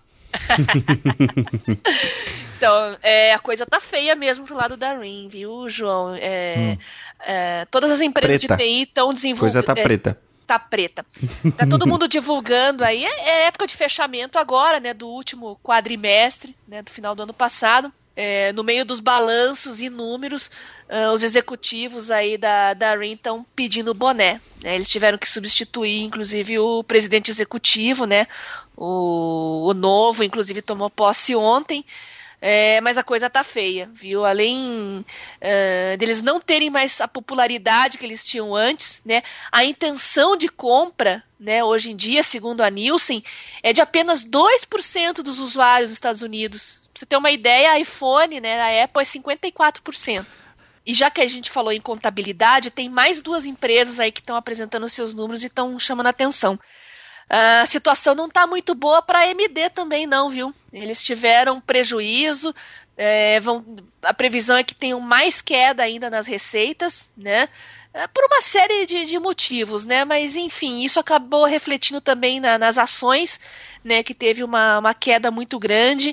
Speaker 2: Então, é, a coisa tá feia mesmo pro lado da RIM, viu, João? É, hum. é, todas as empresas preta. de T I estão desenvolvendo...
Speaker 3: Coisa tá
Speaker 2: é,
Speaker 3: preta.
Speaker 2: Tá preta. Tá todo mundo divulgando aí. É, é época de fechamento agora, né? Do último quadrimestre, né? Do final do ano passado. É, no meio dos balanços e números, uh, os executivos aí da, da RIM estão pedindo boné. Né? Eles tiveram que substituir, inclusive, o presidente executivo, né? O, o novo, inclusive, tomou posse ontem. É, mas a coisa tá feia, viu? Além uh, deles não terem mais a popularidade que eles tinham antes, né? A intenção de compra, né, hoje em dia, segundo a Nielsen, é de apenas dois por cento dos usuários nos Estados Unidos. Pra você ter uma ideia, a iPhone, né, a Apple é cinquenta e quatro por cento. E já que a gente falou em contabilidade, tem mais duas empresas aí que estão apresentando seus números e estão chamando a atenção. A situação não está muito boa para a A M D também não, viu? Eles tiveram prejuízo, é, vão, a previsão é que tenham mais queda ainda nas receitas, né? É, por uma série de, de motivos, né? Mas, enfim, isso acabou refletindo também na, nas ações, né? Que teve uma, uma queda muito grande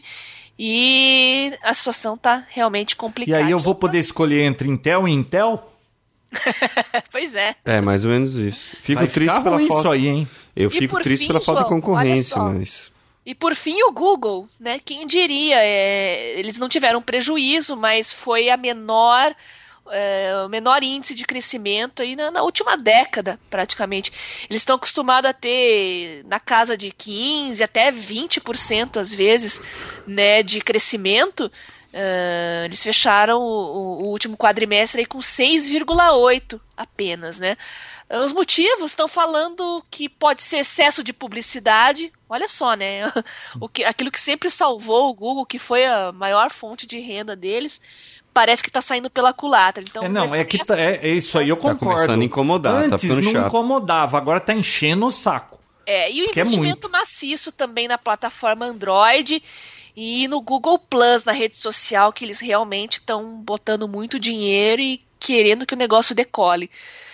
Speaker 2: e a situação está realmente complicada.
Speaker 1: E aí eu vou poder escolher entre Intel e Intel?
Speaker 2: Pois é.
Speaker 3: É, mais ou menos isso. Fico
Speaker 1: Vai
Speaker 3: triste pela
Speaker 1: ruim
Speaker 3: falta.
Speaker 1: Isso aí, hein?
Speaker 3: Eu e fico triste fim, pela falta João, de concorrência, mas...
Speaker 2: E por fim o Google, né? Quem diria? É... Eles não tiveram prejuízo, mas foi a menor, é... o menor índice de crescimento aí na, na última década, praticamente. Eles estão acostumados a ter na casa de quinze até vinte por cento às vezes, né, de crescimento. Uh, eles fecharam o, o último quadrimestre aí com seis vírgula oito apenas, né? Os motivos estão falando que pode ser excesso de publicidade. Olha só, né? O que, aquilo que sempre salvou o Google, que foi a maior fonte de renda deles, parece que está saindo pela culatra. Então,
Speaker 1: é, não, excesso... é que tá, é, é isso aí, eu concordo.
Speaker 3: Tá começando a incomodar,
Speaker 1: Antes
Speaker 3: tá ficando
Speaker 1: não
Speaker 3: chato.
Speaker 1: incomodava, agora tá enchendo o saco.
Speaker 2: É, e o investimento
Speaker 1: é
Speaker 2: maciço também na plataforma Android e no Google Plus, na rede social, que eles realmente estão botando muito dinheiro e querendo que o negócio decole.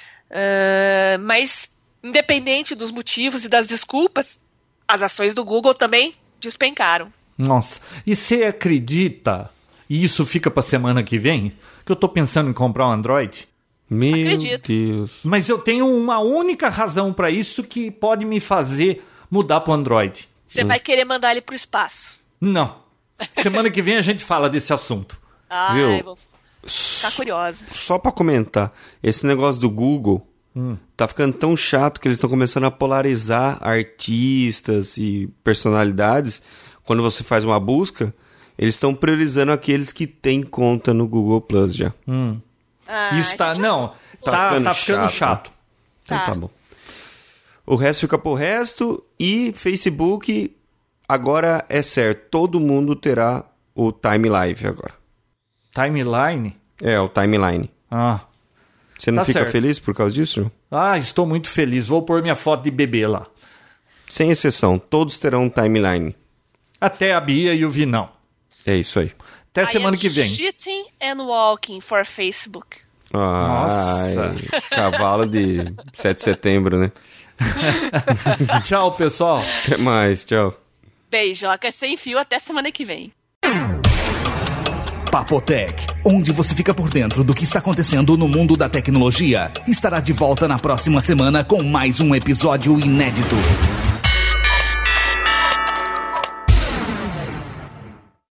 Speaker 2: Uh, mas, independente dos motivos e das desculpas, as ações do Google também despencaram.
Speaker 1: Nossa, e você acredita, e isso fica pra semana que vem, que eu tô pensando em comprar um Android?
Speaker 3: Meu
Speaker 2: Acredito.
Speaker 3: Deus.
Speaker 1: Mas eu tenho uma única razão pra isso que pode me fazer mudar pro Android.
Speaker 2: Você hum. vai querer mandar ele pro espaço?
Speaker 1: Não. Semana que vem a gente fala desse assunto.
Speaker 2: Ah,
Speaker 3: Viu?
Speaker 2: eu vou ficar curiosa.
Speaker 3: Só pra comentar, esse negócio do Google hum. tá ficando tão chato que eles estão começando a polarizar artistas e personalidades. Quando você faz uma busca, eles estão priorizando aqueles que têm conta no Google Plus já.
Speaker 1: Hum.
Speaker 2: Ah,
Speaker 1: Isso tá, não,
Speaker 3: tá,
Speaker 1: tá,
Speaker 3: ficando,
Speaker 1: tá ficando
Speaker 3: chato.
Speaker 1: chato.
Speaker 3: Então
Speaker 2: tá.
Speaker 3: tá bom. O resto fica pro resto e Facebook agora é certo, todo mundo terá o Time Live agora.
Speaker 1: Timeline?
Speaker 3: É, o Timeline.
Speaker 1: Ah.
Speaker 3: Você não
Speaker 1: tá
Speaker 3: fica
Speaker 1: certo.
Speaker 3: feliz por causa disso?
Speaker 1: Ah, estou muito feliz. Vou pôr minha foto de bebê lá.
Speaker 3: Sem exceção, todos terão um Timeline.
Speaker 1: Até a Bia e o Vinão.
Speaker 3: É isso aí.
Speaker 1: Até semana que vem.
Speaker 2: Shitting and walking for Facebook.
Speaker 3: Ai,
Speaker 1: Nossa.
Speaker 3: Cavalo de sete de setembro, né?
Speaker 1: Tchau, pessoal.
Speaker 3: Até mais, tchau.
Speaker 2: Beijoca sem fio, até semana que vem.
Speaker 5: Papotec, onde você fica por dentro do que está acontecendo no mundo da tecnologia, estará de volta na próxima semana com mais um episódio inédito.